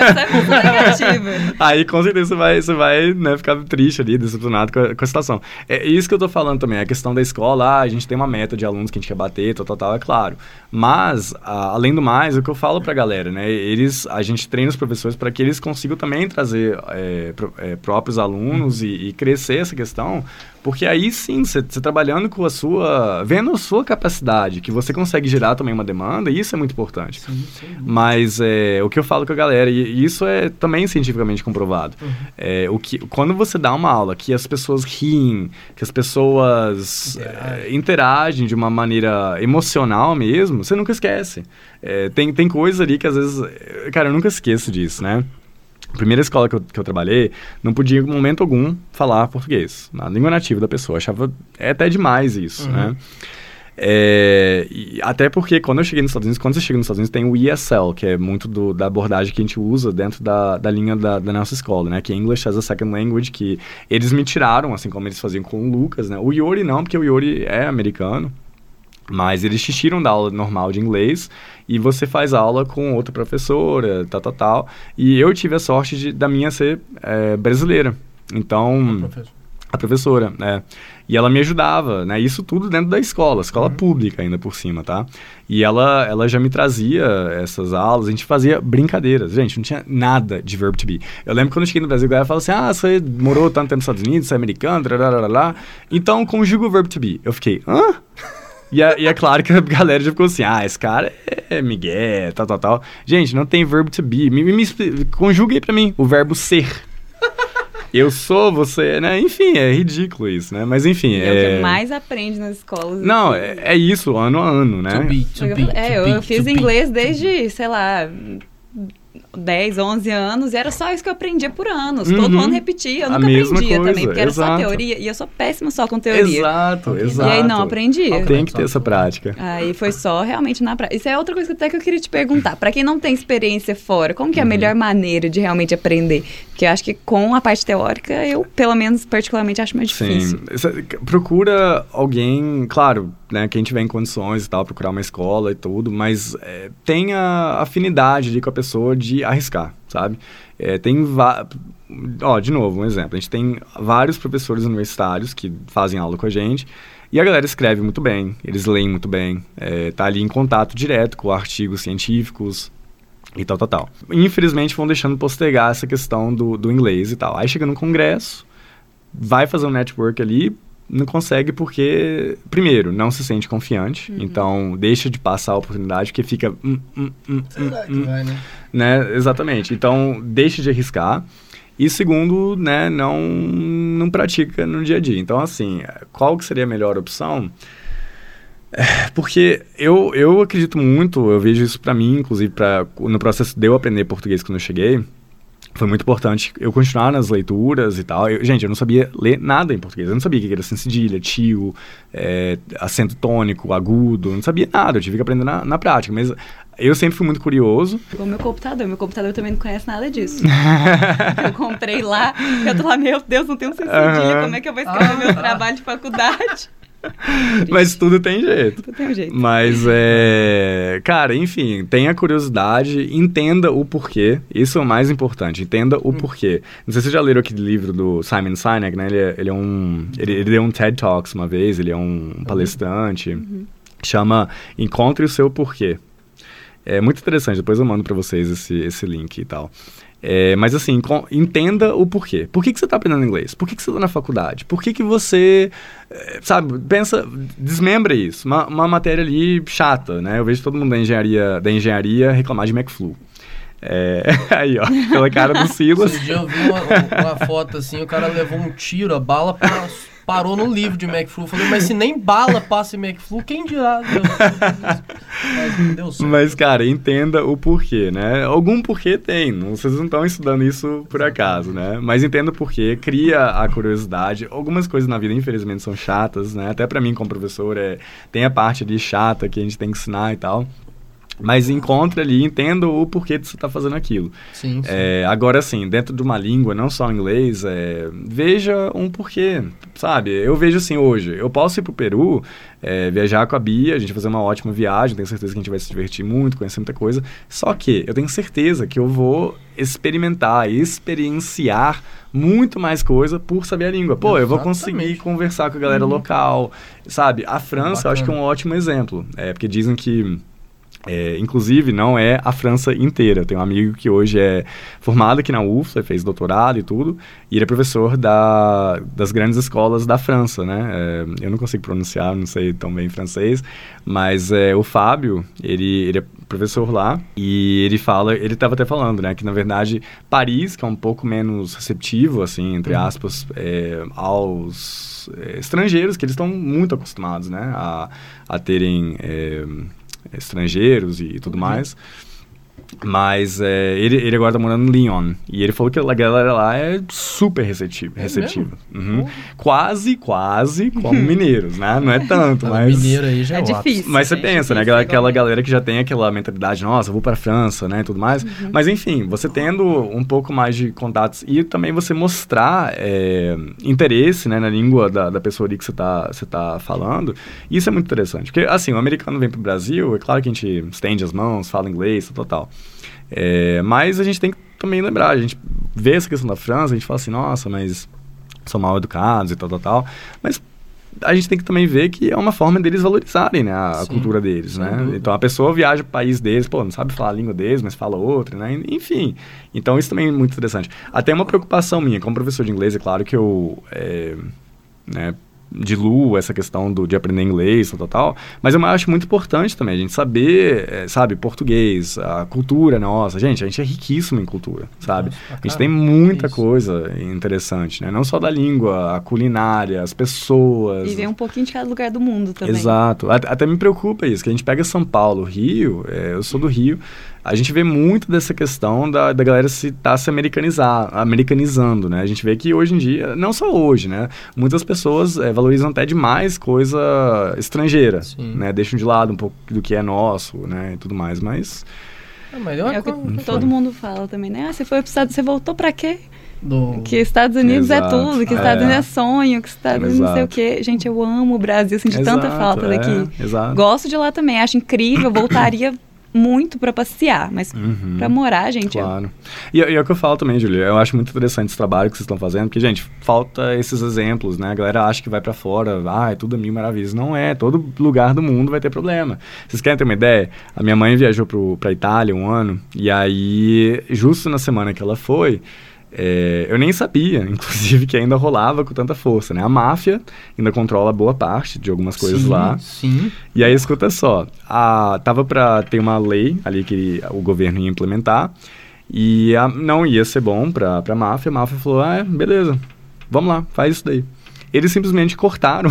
Negativo. Aí com certeza você vai né, ficar triste ali, decepcionado com a situação. É isso que eu tô falando também, a questão da escola, a gente tem uma meta de alunos que a gente quer bater, tal, é claro. Mas, além do mais, o que eu falo pra galera, né, a gente treina os professores para que eles consigam também trazer próprios alunos e crescer essa questão, porque aí sim, você trabalhando com vendo a sua capacidade, que você consegue gerar também uma demanda, e isso é muito importante. Sim. Mas o que eu falo com a galera, e isso é também cientificamente comprovado, quando você dá uma aula que as pessoas riem, que as pessoas interagem de uma maneira emocional mesmo, você nunca esquece. Tem coisas ali que às vezes... Cara, eu nunca esqueço disso, né? A primeira escola que eu trabalhei, não podia em momento algum falar português, na língua nativa da pessoa. Achava até demais isso, né? Até porque quando eu cheguei nos Estados Unidos, quando você chega nos Estados Unidos, tem o ESL, que é muito da abordagem que a gente usa dentro da linha da nossa escola, né? Que é English as a Second Language, que eles me tiraram, assim como eles faziam com o Lucas, né? O Yuri não, porque o Yuri é americano. Mas eles te tiram da aula normal de inglês e você faz aula com outra professora, tal. E eu tive a sorte da minha ser brasileira. Então, a professora, né? E ela me ajudava, né? Isso tudo dentro da escola pública ainda por cima, tá? E ela já me trazia essas aulas, a gente fazia brincadeiras. Gente, não tinha nada de verbo to be. Eu lembro que quando eu cheguei no Brasil, a galera falou assim, você morou tanto tempo nos Estados Unidos, você é americano, então conjuga o verbo to be. Eu fiquei, hã? E é claro que a galera já ficou assim, esse cara é migué, tal. Gente, não tem verbo to be. Conjuga aí pra mim o verbo ser. Eu sou, você, né? Enfim, é ridículo isso, né? Mas enfim... É o que mais aprende nas escolas. Não, é isso, ano a ano, né? To be. Eu fiz inglês desde, sei lá... 10, 11 anos, e era só isso que eu aprendia por anos. Todo ano repetia, eu nunca aprendia também, porque era só teoria, e eu sou péssima só com teoria. Exato. E aí não aprendia. Tem que ter essa prática. Aí foi só realmente na prática. Isso é outra coisa que eu queria te perguntar. Pra quem não tem experiência fora, como que é a melhor maneira de realmente aprender? Porque eu acho que com a parte teórica, eu, pelo menos, particularmente, acho mais difícil. Sim. Procura alguém, claro, né, quem tiver em condições e tal, procurar uma escola e tudo, mas tenha afinidade ali com a pessoa de arriscar, sabe? De novo, um exemplo. A gente tem vários professores universitários que fazem aula com a gente e a galera escreve muito bem, eles leem muito bem, tá ali em contato direto com artigos científicos e tal. Infelizmente, vão deixando postergar essa questão do inglês e tal. Aí chega no congresso, vai fazer um network ali, não consegue porque, primeiro, não se sente confiante, então deixa de passar a oportunidade porque fica... Será que vai, né? Exatamente. Então, deixa de arriscar. E segundo, né, não pratica no dia a dia. Então, assim, qual que seria a melhor opção? Porque eu acredito muito, eu vejo isso pra mim, inclusive no processo de eu aprender português quando eu cheguei, foi muito importante eu continuar nas leituras e tal. Gente, eu não sabia ler nada em português. Eu não sabia o que era cedilha, tio, acento tônico, agudo. Eu não sabia nada. Eu tive que aprender na prática. Mas eu sempre fui muito curioso. Igual meu computador também não conhece nada disso. Eu comprei lá, eu tô lá, meu Deus, não tenho cedilha. Como é que eu vou escrever meu trabalho de faculdade? Mas tudo tem jeito. Tudo tem um jeito. Mas, cara, enfim, tenha curiosidade, entenda o porquê. Isso é o mais importante, entenda o porquê. Não sei se vocês já leram aquele livro do Simon Sinek, né? Ele deu um TED Talks uma vez, ele é um palestrante. Chama Encontre o Seu Porquê. É muito interessante, depois eu mando pra vocês esse link e tal. Mas assim, entenda o porquê. Por que você está aprendendo inglês? Por que você está na faculdade? Por que você, desmembra isso. Uma matéria ali chata, né? Eu vejo todo mundo da engenharia reclamar de McFlu. Aí, ó, pela cara do Silas. Esse dia eu vi uma foto assim, o cara levou um tiro, a bala parou no livro de McFlu. Eu falei, mas se nem bala passa em McFlu, quem dirá? Mas deu certo. Mas, cara, entenda o porquê, né? Algum porquê tem, vocês não estão estudando isso por acaso, né? Mas entenda o porquê, cria a curiosidade. Algumas coisas na vida, infelizmente, são chatas, né? Até pra mim, como professor, tem a parte ali chata que a gente tem que ensinar e tal. Mas encontre ali, entenda o porquê de você estar fazendo aquilo. Sim. Agora, assim, dentro de uma língua, não só inglês, veja um porquê, sabe? Eu vejo assim hoje, eu posso ir pro Peru, viajar com a Bia, a gente fazer uma ótima viagem, tenho certeza que a gente vai se divertir muito, conhecer muita coisa, só que eu tenho certeza que eu vou experienciar muito mais coisa por saber a língua. Pô, eu vou conseguir conversar com a galera local, sabe? A França, eu acho que é um ótimo exemplo, porque dizem que inclusive não é a França inteira. Tem um amigo que hoje é formado aqui na UFLA, fez doutorado e tudo, e ele é professor das grandes escolas da França, né? Eu não consigo pronunciar, não sei tão bem francês, mas o Fábio, ele é professor lá, e ele estava até falando, né, que na verdade Paris, que é um pouco menos receptivo, assim, entre aspas, aos estrangeiros, que eles estão muito acostumados, né, a terem estrangeiros e tudo mais. Mas ele agora tá morando em Lyon. E ele falou que a galera lá é super receptiva. Quase como mineiros, né? Não é tanto, mas... Mineiro aí já é difícil. Mas você pensa, né? Aquela galera que já tem aquela mentalidade, nossa, eu vou pra França, né? E tudo mais. Mas enfim, você tendo um pouco mais de contatos e também você mostrar interesse, né? Na língua da pessoa ali que você tá falando. Isso é muito interessante. Porque, assim, o americano vem pro Brasil, é claro que a gente estende as mãos, fala inglês, tal. Mas a gente tem que também lembrar, a gente vê essa questão da França, a gente fala assim, nossa, mas são mal educados e tal, mas a gente tem que também ver que é uma forma deles valorizarem, né, a cultura deles, né? Então a pessoa viaja pro país deles, não sabe falar a língua deles, mas fala outra, né? Enfim, então isso também é muito interessante. Até uma preocupação minha, como professor de inglês, é claro que eu, diluo essa questão de aprender inglês, tal, mas eu acho muito importante também a gente saber, sabe, português, a cultura nossa. Gente, a gente é riquíssimo em cultura, sabe? A gente tem muita coisa interessante, né? Não só da língua, a culinária, as pessoas. E vem um pouquinho de cada lugar do mundo também. Exato. Até me preocupa isso, que a gente pega São Paulo, Rio, eu sou do Rio, a gente vê muito dessa questão da galera se americanizando, né? A gente vê que hoje em dia, não só hoje, né? Muitas pessoas valorizam até demais coisa estrangeira, né? Deixam de lado um pouco do que é nosso, né? E tudo mais, mas... É o que todo mundo fala também, né? Você foi pro Estado, você voltou pra quê? Que Estados Unidos é tudo, que Estados Unidos é sonho, que Estados Unidos não sei o quê. Gente, eu amo o Brasil, senti tanta falta daqui. Gosto de lá também, acho incrível, voltaria muito pra passear, mas pra morar, gente... Claro. E é o que eu falo também, Júlia, eu acho muito interessante esse trabalho que vocês estão fazendo, porque, gente, falta esses exemplos, né? A galera acha que vai pra fora, é tudo mil maravilhas. Não é, todo lugar do mundo vai ter problema. Vocês querem ter uma ideia? A minha mãe viajou pra Itália um ano, e aí, justo na semana que ela foi... eu nem sabia, inclusive, que ainda rolava com tanta força, né? A máfia ainda controla boa parte de algumas coisas lá. Sim. E aí, escuta só, tava pra ter uma lei ali que o governo ia implementar e não ia ser bom pra máfia. A máfia falou, beleza, vamos lá, faz isso daí. Eles simplesmente cortaram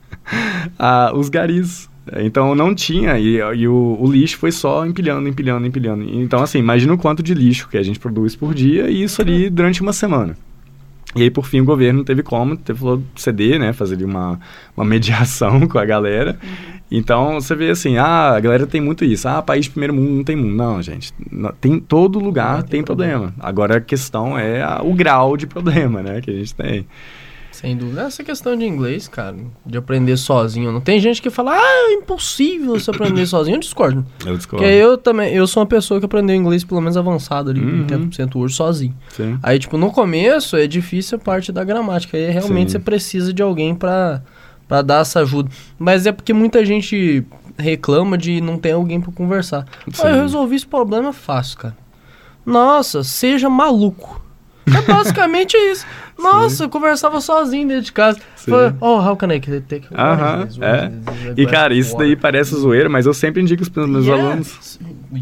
os garis. Então não tinha, e o lixo foi só empilhando. Então, assim, imagina o quanto de lixo que a gente produz por dia, e isso ali durante uma semana. E aí, por fim, o governo teve como, falou ceder, né, fazer ali uma mediação com a galera. Então, você vê assim, a galera tem muito isso. País de primeiro mundo não tem mundo. Não, gente, tem, todo lugar tem problema. Agora, a questão é o grau de problema, né, que a gente tem. Sem dúvida. Essa questão de inglês, cara, de aprender sozinho. Não tem gente que fala, é impossível você aprender sozinho. Eu discordo. Porque eu sou uma pessoa que aprendeu inglês pelo menos avançado ali, 80% hoje, sozinho. Sim. Aí, tipo, no começo é difícil a parte da gramática. Aí realmente você precisa de alguém pra dar essa ajuda. Mas é porque muita gente reclama de não ter alguém pra conversar. Eu resolvi esse problema fácil, cara. Nossa, seja maluco. É basicamente isso. Nossa, eu conversava sozinho dentro de casa. Falei, how can I take E, cara, isso daí parece zoeira, mas eu sempre indico para os meus alunos.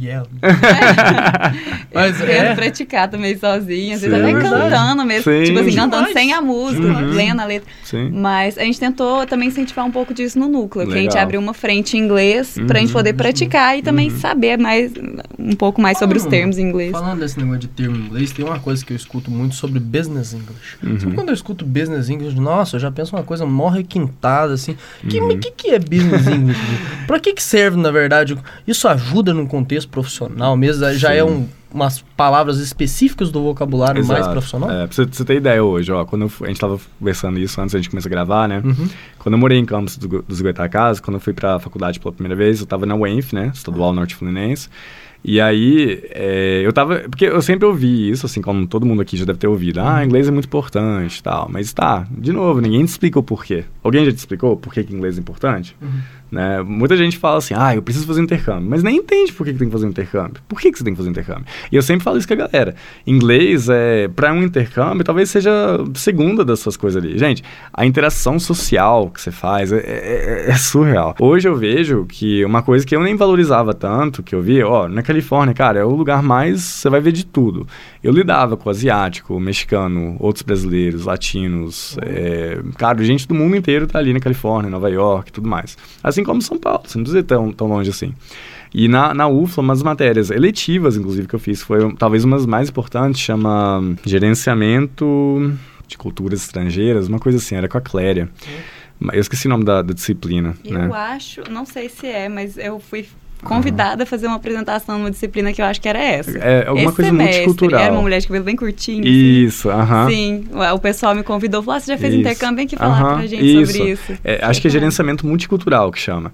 Mas eu praticar também sozinho, às vezes até cantando mesmo. Tipo assim, cantando sem a música, lendo a letra. Mas a gente tentou também incentivar um pouco disso no núcleo, que a gente abriu uma frente em inglês pra gente poder praticar e também saber um pouco mais sobre os termos em inglês. Falando desse negócio de termo em inglês, tem uma coisa que eu escuto muito sobre business English. Sabe quando eu escuto business English, nossa, eu já penso uma coisa mó requintada, assim. Que é business English? Pra que serve, na verdade? Isso ajuda num contexto profissional mesmo? Já é umas palavras específicas do vocabulário mais profissional? Pra você ter ideia hoje, quando a gente tava conversando isso antes da gente começar a gravar, né? Quando eu morei em Campos dos Goytacazes, quando eu fui pra faculdade pela primeira vez, eu tava na UENF, né? Estadual Norte Fluminense. E aí, porque eu sempre ouvi isso, assim, como todo mundo aqui já deve ter ouvido. Inglês é muito importante e tal. Mas de novo, ninguém te explica o porquê. Alguém já te explicou por que inglês é importante? Né? Muita gente fala assim, eu preciso fazer intercâmbio. Mas nem entende por que tem que fazer um intercâmbio. Por que você tem que fazer um intercâmbio? E eu sempre falo isso com a galera. Inglês, para um intercâmbio, talvez seja a segunda das suas coisas ali. Gente, a interação social que você faz é surreal. Hoje eu vejo que uma coisa que eu nem valorizava tanto, que eu vi, na Califórnia, cara, é o lugar mais... Você vai ver de tudo. Eu lidava com asiático, mexicano, outros brasileiros, latinos, cara, gente do mundo inteiro tá ali na Califórnia, Nova York e tudo mais. Assim como São Paulo, você não precisa ir tão longe assim. E na UFLA, umas matérias eletivas, inclusive, que eu fiz, foi talvez uma das mais importantes, chama Gerenciamento de Culturas Estrangeiras, uma coisa assim, era com a Cléria. Eu esqueci o nome da disciplina. Eu acho, não sei se mas eu fui convidada a fazer uma apresentação numa disciplina que eu acho que era essa. Alguma coisa multicultural. Era uma mulher de cabelo bem curtinho. Isso, Sim, o pessoal me convidou, falou, você já fez intercâmbio? Vem aqui falar pra gente sobre isso. Acho que é gerenciamento multicultural que chama.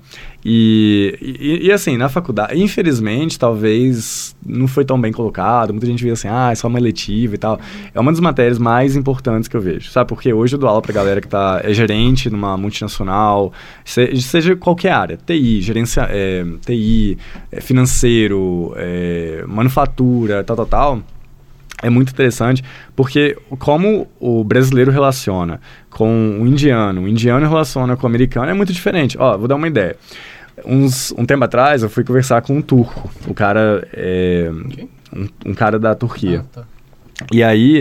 E assim, na faculdade, infelizmente, talvez não foi tão bem colocado. Muita gente vê assim, é só uma eletiva e tal. É uma das matérias mais importantes que eu vejo, sabe? Porque hoje eu dou aula pra galera que é gerente numa multinacional, seja qualquer área, TI, TI, financeiro, manufatura, tal. É muito interessante, porque como o brasileiro relaciona com o indiano relaciona com o americano, é muito diferente. Vou dar uma ideia. Um tempo atrás, eu fui conversar com um turco. O cara um cara da Turquia. E aí,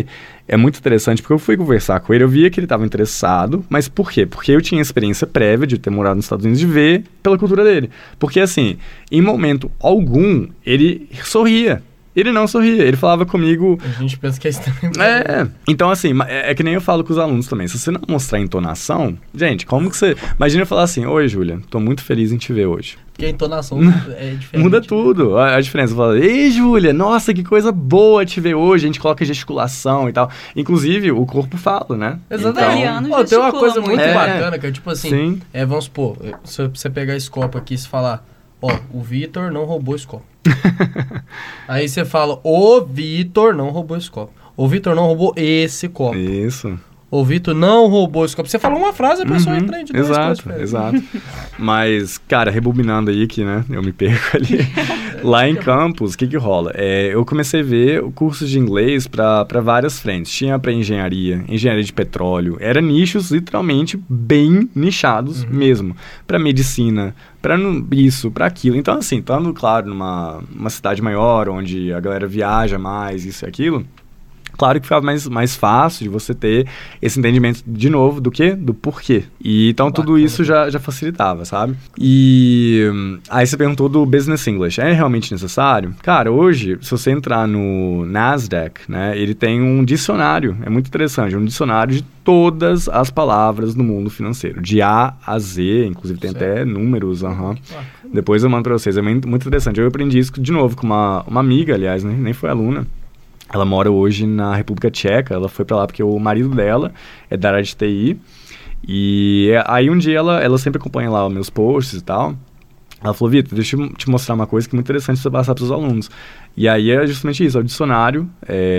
é muito interessante, porque eu fui conversar com ele, eu via que ele estava interessado, mas por quê? Porque eu tinha experiência prévia de ter morado nos Estados Unidos, de ver pela cultura dele. Porque, assim, em momento algum, ele sorria. Ele não sorria, ele falava comigo... A gente pensa que é estranho. Então assim, é que nem eu falo com os alunos também. Se você não mostrar entonação, gente, como que você... Imagina eu falar assim, oi, Júlia, tô muito feliz em te ver hoje. Porque a entonação é diferente. Muda tudo, a diferença. Fala, ei, Júlia, nossa, que coisa boa te ver hoje. A gente coloca gesticulação e tal. Inclusive, o corpo fala, né? Exatamente. Então, tem uma coisa muito bacana, que é tipo assim, vamos supor, se você pegar esse copo aqui e falar, o Vitor não roubou esse copo. Aí você fala, o Vitor não roubou esse copo. O Vitor não roubou esse copo. Isso. O Vitor não roubou esse copo. Você fala uma frase, a pessoa entra de duas coisas. Exato. Mas, cara, rebobinando aí que, né, eu me perco ali. Lá em campus, o que rola? Eu comecei a ver cursos de inglês para várias frentes. Tinha para engenharia de petróleo. Eram nichos literalmente bem nichados mesmo. Para medicina, para isso, para aquilo. Então, assim, estando, claro, numa cidade maior, onde a galera viaja mais, isso e aquilo... Claro que ficava mais fácil de você ter esse entendimento, de novo, do quê? Do porquê. E então tudo isso já facilitava, sabe? E aí você perguntou do Business English. É realmente necessário? Cara, hoje, se você entrar no Nasdaq, né, ele tem um dicionário, é muito interessante, um dicionário de todas as palavras do mundo financeiro, de A a Z, inclusive tem até números, Depois eu mando pra vocês, é muito interessante. Eu aprendi isso, de novo, com uma amiga, aliás, né, nem foi aluna. Ela mora hoje na República Tcheca, ela foi pra lá porque o marido dela é da área de TI. E aí um dia ela sempre acompanha lá os meus posts e tal. Ela falou, Vitor, deixa eu te mostrar uma coisa que é muito interessante você passar pros alunos. E aí é justamente isso, é o dicionário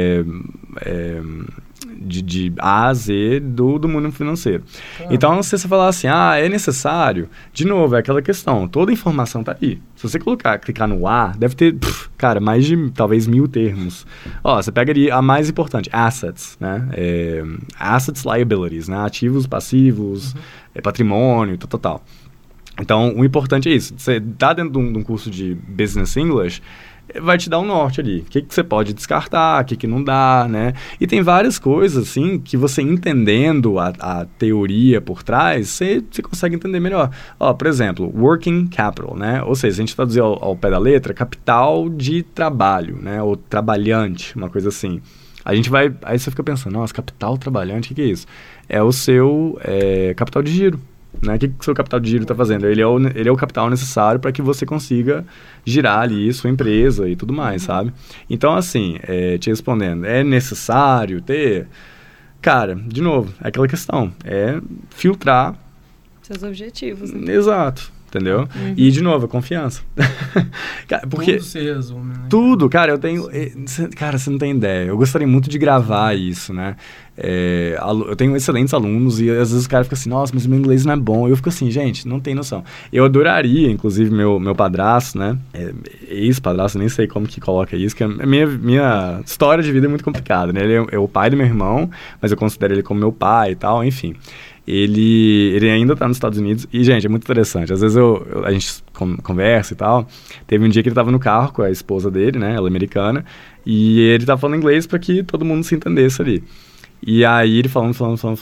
de A a Z do mundo financeiro. Então, se você falar assim, é necessário, de novo, é aquela questão, toda a informação tá aí. Se você clicar no A, deve ter, cara, mais de, talvez, 1000 termos. Você pega ali a mais importante, assets, né? Assets, liabilities, né? Ativos, passivos, patrimônio, tal. Então, o importante é isso. Você tá dentro de um curso de Business English, vai te dar um norte ali. O que você pode descartar, o que não dá, né? E tem várias coisas, assim, que você entendendo a teoria por trás, você consegue entender melhor. Por exemplo, working capital, né? Ou seja, se a gente traduzir ao pé da letra, capital de trabalho, né? Ou trabalhante, uma coisa assim. Aí você fica pensando, nossa, capital trabalhante, o que é isso? É o seu capital de giro. Né? O que o seu capital de giro está fazendo? Ele é o capital necessário para que você consiga girar ali sua empresa e tudo mais, sabe? Então, assim, te respondendo, é necessário ter... Cara, de novo, é aquela questão, filtrar... Seus objetivos. Né? Exato. Entendeu? E, de novo, a confiança. Porque tudo se resume, né? Tudo, cara, eu tenho... Cara, você não tem ideia. Eu gostaria muito de gravar isso, né? Eu tenho excelentes alunos e, às vezes, o cara fica assim, nossa, mas meu inglês não é bom. Eu fico assim, gente, não tem noção. Eu adoraria, inclusive, meu padrasto, né? Ex-padrasto, nem sei como que coloca isso, que a minha história de vida é muito complicada, né? Ele é o pai do meu irmão, mas eu considero ele como meu pai e tal, enfim... Ele ainda está nos Estados Unidos e, gente, é muito interessante. Às vezes a gente conversa e tal. Teve um dia que ele estava no carro com a esposa dele, né? Ela é americana. E ele estava falando inglês para que todo mundo se entendesse ali. E aí ele falando.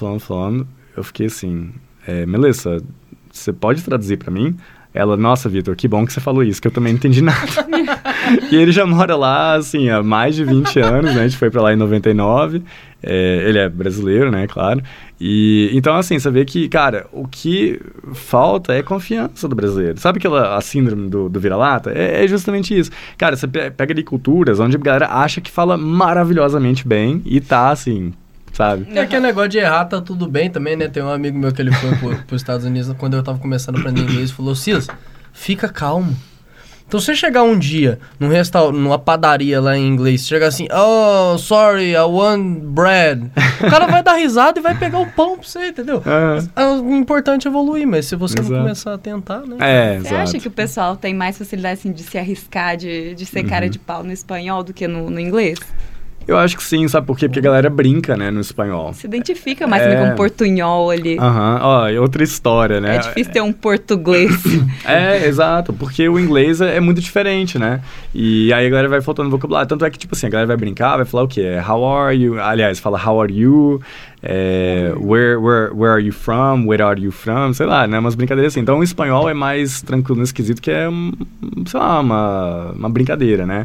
Eu fiquei assim, Melissa, você pode traduzir para mim? Ela, nossa, Vitor, que bom que você falou isso, que eu também não entendi nada. E ele já mora lá, assim, há mais de 20 anos, né? A gente foi pra lá em 99. Ele é brasileiro, né? Claro. E, então, assim, você vê que, cara, o que falta é confiança do brasileiro. Sabe a síndrome do vira-lata? É justamente isso. Cara, você pega ali culturas onde a galera acha que fala maravilhosamente bem e tá, assim... Sabe? É aquele negócio de errar, tá tudo bem também, né? Tem um amigo meu que ele foi pros Estados Unidos quando eu tava começando a aprender inglês e falou, Cis, fica calmo. Então, se você chegar um dia numa padaria lá em inglês, chegar assim, oh, sorry, I want bread. O cara vai dar risada e vai pegar o pão pra você, entendeu? O importante é evoluir, mas se você não começar a tentar, né? Você acha que o pessoal tem mais facilidade assim, de se arriscar, de ser cara de pau no espanhol do que no inglês? Eu acho que sim, sabe por quê? Porque a galera brinca, né, no espanhol. Se identifica mais também com um portunhol ali. Ó, outra história, né? É difícil ter um português. Exato, porque o inglês é muito diferente, né? E aí a galera vai faltando vocabulário. Tanto é que, tipo assim, a galera vai brincar, vai falar o quê? How are you? Aliás, fala how are you? Where are you from? Where are you from? Sei lá, né? Umas brincadeiras assim. Então o espanhol é mais tranquilo nesse quesito, que é, sei lá, uma brincadeira, né?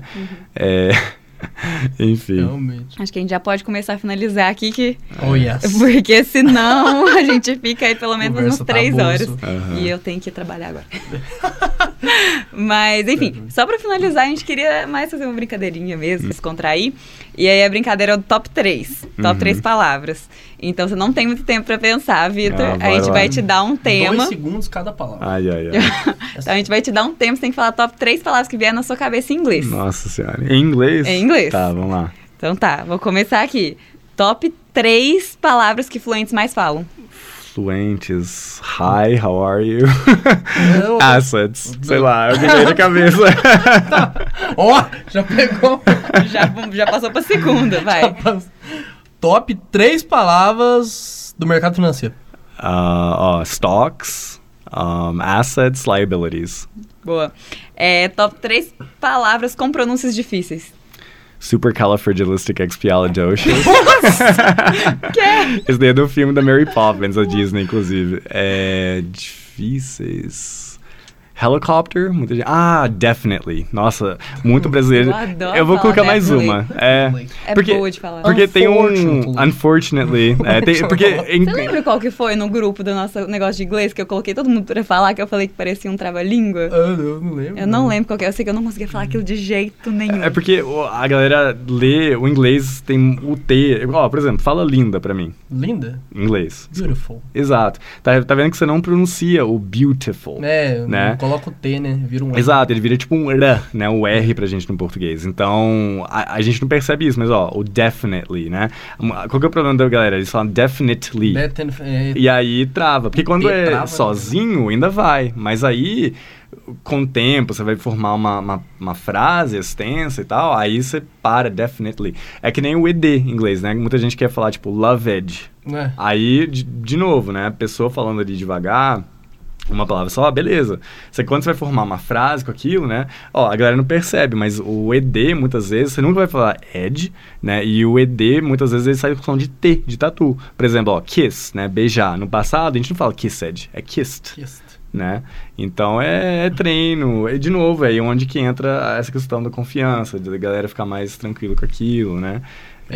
Enfim. Realmente. Acho que a gente já pode começar a finalizar aqui, que... Oh, yes. Porque senão a gente fica aí pelo menos umas 3 horas. Uhum. E eu tenho que ir trabalhar agora. Mas, enfim, só pra finalizar, a gente queria mais fazer uma brincadeirinha mesmo, descontrair. E aí a brincadeira é o top 3. Top 3 palavras. Então você não tem muito tempo pra pensar, Vitor. A gente vai te dar um tema. 2 segundos cada palavra. Ai. Então a gente vai te dar um tema, você tem que falar top 3 palavras que vier na sua cabeça em inglês. Nossa Senhora. Em inglês? Em inglês. Tá, vamos lá. Então tá, vou começar aqui. Top 3 palavras que fluentes mais falam. Fluentes. Hi, how are you? Assets. Sei lá, eu ganhei de cabeça. Já pegou. Já passou pra segunda, vai. Top 3 palavras do mercado financeiro. Stocks, assets, liabilities. Boa. Top 3 palavras com pronúncias difíceis. Supercalifragilisticexpialidocious. Esse daí é do filme da Mary Poppins, da Disney, inclusive. Difíceis. Helicopter? Muita gente... Definitely. Nossa, muito brasileiro. Eu vou colocar mais uma. Porque, boa de falar. Porque tem Unfortunately. Porque Você lembra qual que foi no grupo do nosso negócio de inglês que eu coloquei todo mundo pra falar, que eu falei que parecia um trava-língua? Eu não lembro. Eu não lembro qual que é. Eu sei que eu não conseguia falar aquilo de jeito nenhum. É porque a galera lê o inglês, tem o T. Por exemplo, fala linda pra mim. Linda? Em inglês. Beautiful. Exato. Tá vendo que você não pronuncia o beautiful. Né? Coloca o T, né? Vira um R. Exato, ele vira tipo um R, né? O R pra gente no português. Então, a gente não percebe isso, mas o definitely, né? Qual que é o problema da galera? Eles falam definitely. E aí trava. Porque quando trava, sozinho, ainda vai. Mas aí, com o tempo, você vai formar uma frase extensa e tal, aí você para, definitely. É que nem o ED em inglês, né? Muita gente quer falar, tipo, loved. Aí, de novo, né? A pessoa falando ali devagar... Uma palavra só, beleza. Só que quando você vai formar uma frase com aquilo, né? A galera não percebe, mas o ED, muitas vezes, você nunca vai falar ed, né? E o ED, muitas vezes, ele sai com som de T, de tatu. Por exemplo, kiss, né? Beijar. No passado, a gente não fala kissed, é kissed. Né? Então, é treino. E, de novo, é onde que entra essa questão da confiança, da galera ficar mais tranquilo com aquilo, né?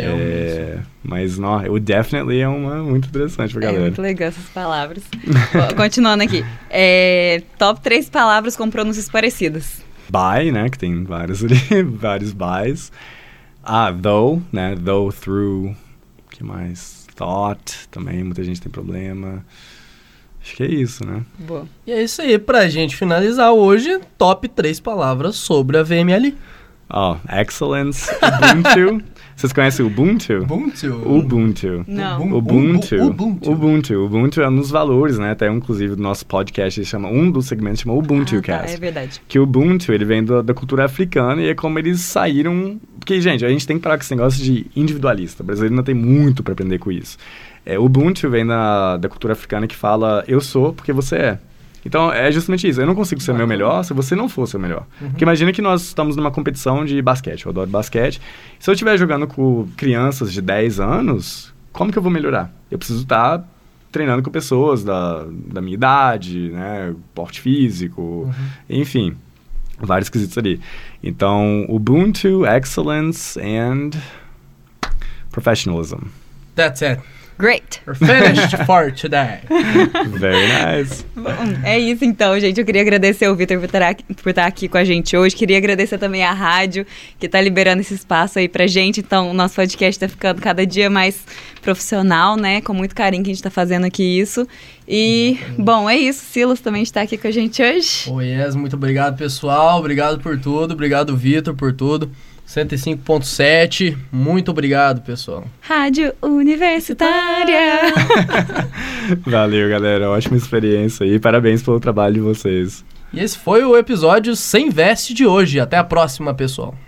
Mas o definitely é uma muito interessante pra galera. Muito legal essas palavras. Continuando aqui. Top 3 palavras com pronúncias parecidas. By, né? Que tem vários ali, vários bys. Though, né? Though, through. O que mais? Thought, também muita gente tem problema. Acho que é isso, né? Boa. E é isso aí, pra gente finalizar hoje, top 3 palavras sobre a VML. Excellence, Ubuntu. Vocês conhecem o Ubuntu? Ubuntu. Não. Ubuntu é um dos valores, né? Até inclusive do nosso podcast, um dos segmentos chama Ubuntu Cast. É verdade. Que o Ubuntu, ele vem da cultura africana e é como eles saíram... Porque, gente, a gente tem que parar com esse negócio de individualista. O brasileiro ainda tem muito para aprender com isso. O Ubuntu vem da cultura africana que fala, eu sou porque você é. Então, é justamente isso. Eu não consigo ser o meu melhor se você não for o seu melhor. Porque imagina que nós estamos numa competição de basquete. Eu adoro basquete. Se eu estiver jogando com crianças de 10 anos, como que eu vou melhorar? Eu preciso estar treinando com pessoas da minha idade, né? Porte físico, enfim. Vários quesitos ali. Então, Ubuntu, Excellence and Professionalism. That's it. Great. We're finished for today. Very nice. Bom, é isso então, gente. Eu queria agradecer o Vitor por estar aqui com a gente hoje. Queria agradecer também a rádio que está liberando esse espaço aí pra gente. Então, o nosso podcast está ficando cada dia mais profissional, né? Com muito carinho que a gente está fazendo aqui isso. E, bom, é isso. Silas também está aqui com a gente hoje. Muito obrigado, pessoal. Obrigado por tudo. Obrigado, Vitor, por tudo. 105.7, muito obrigado, pessoal. Rádio Universitária. Valeu, galera, ótima experiência aí, parabéns pelo trabalho de vocês. E esse foi o episódio Sem Veste de hoje, até a próxima, pessoal.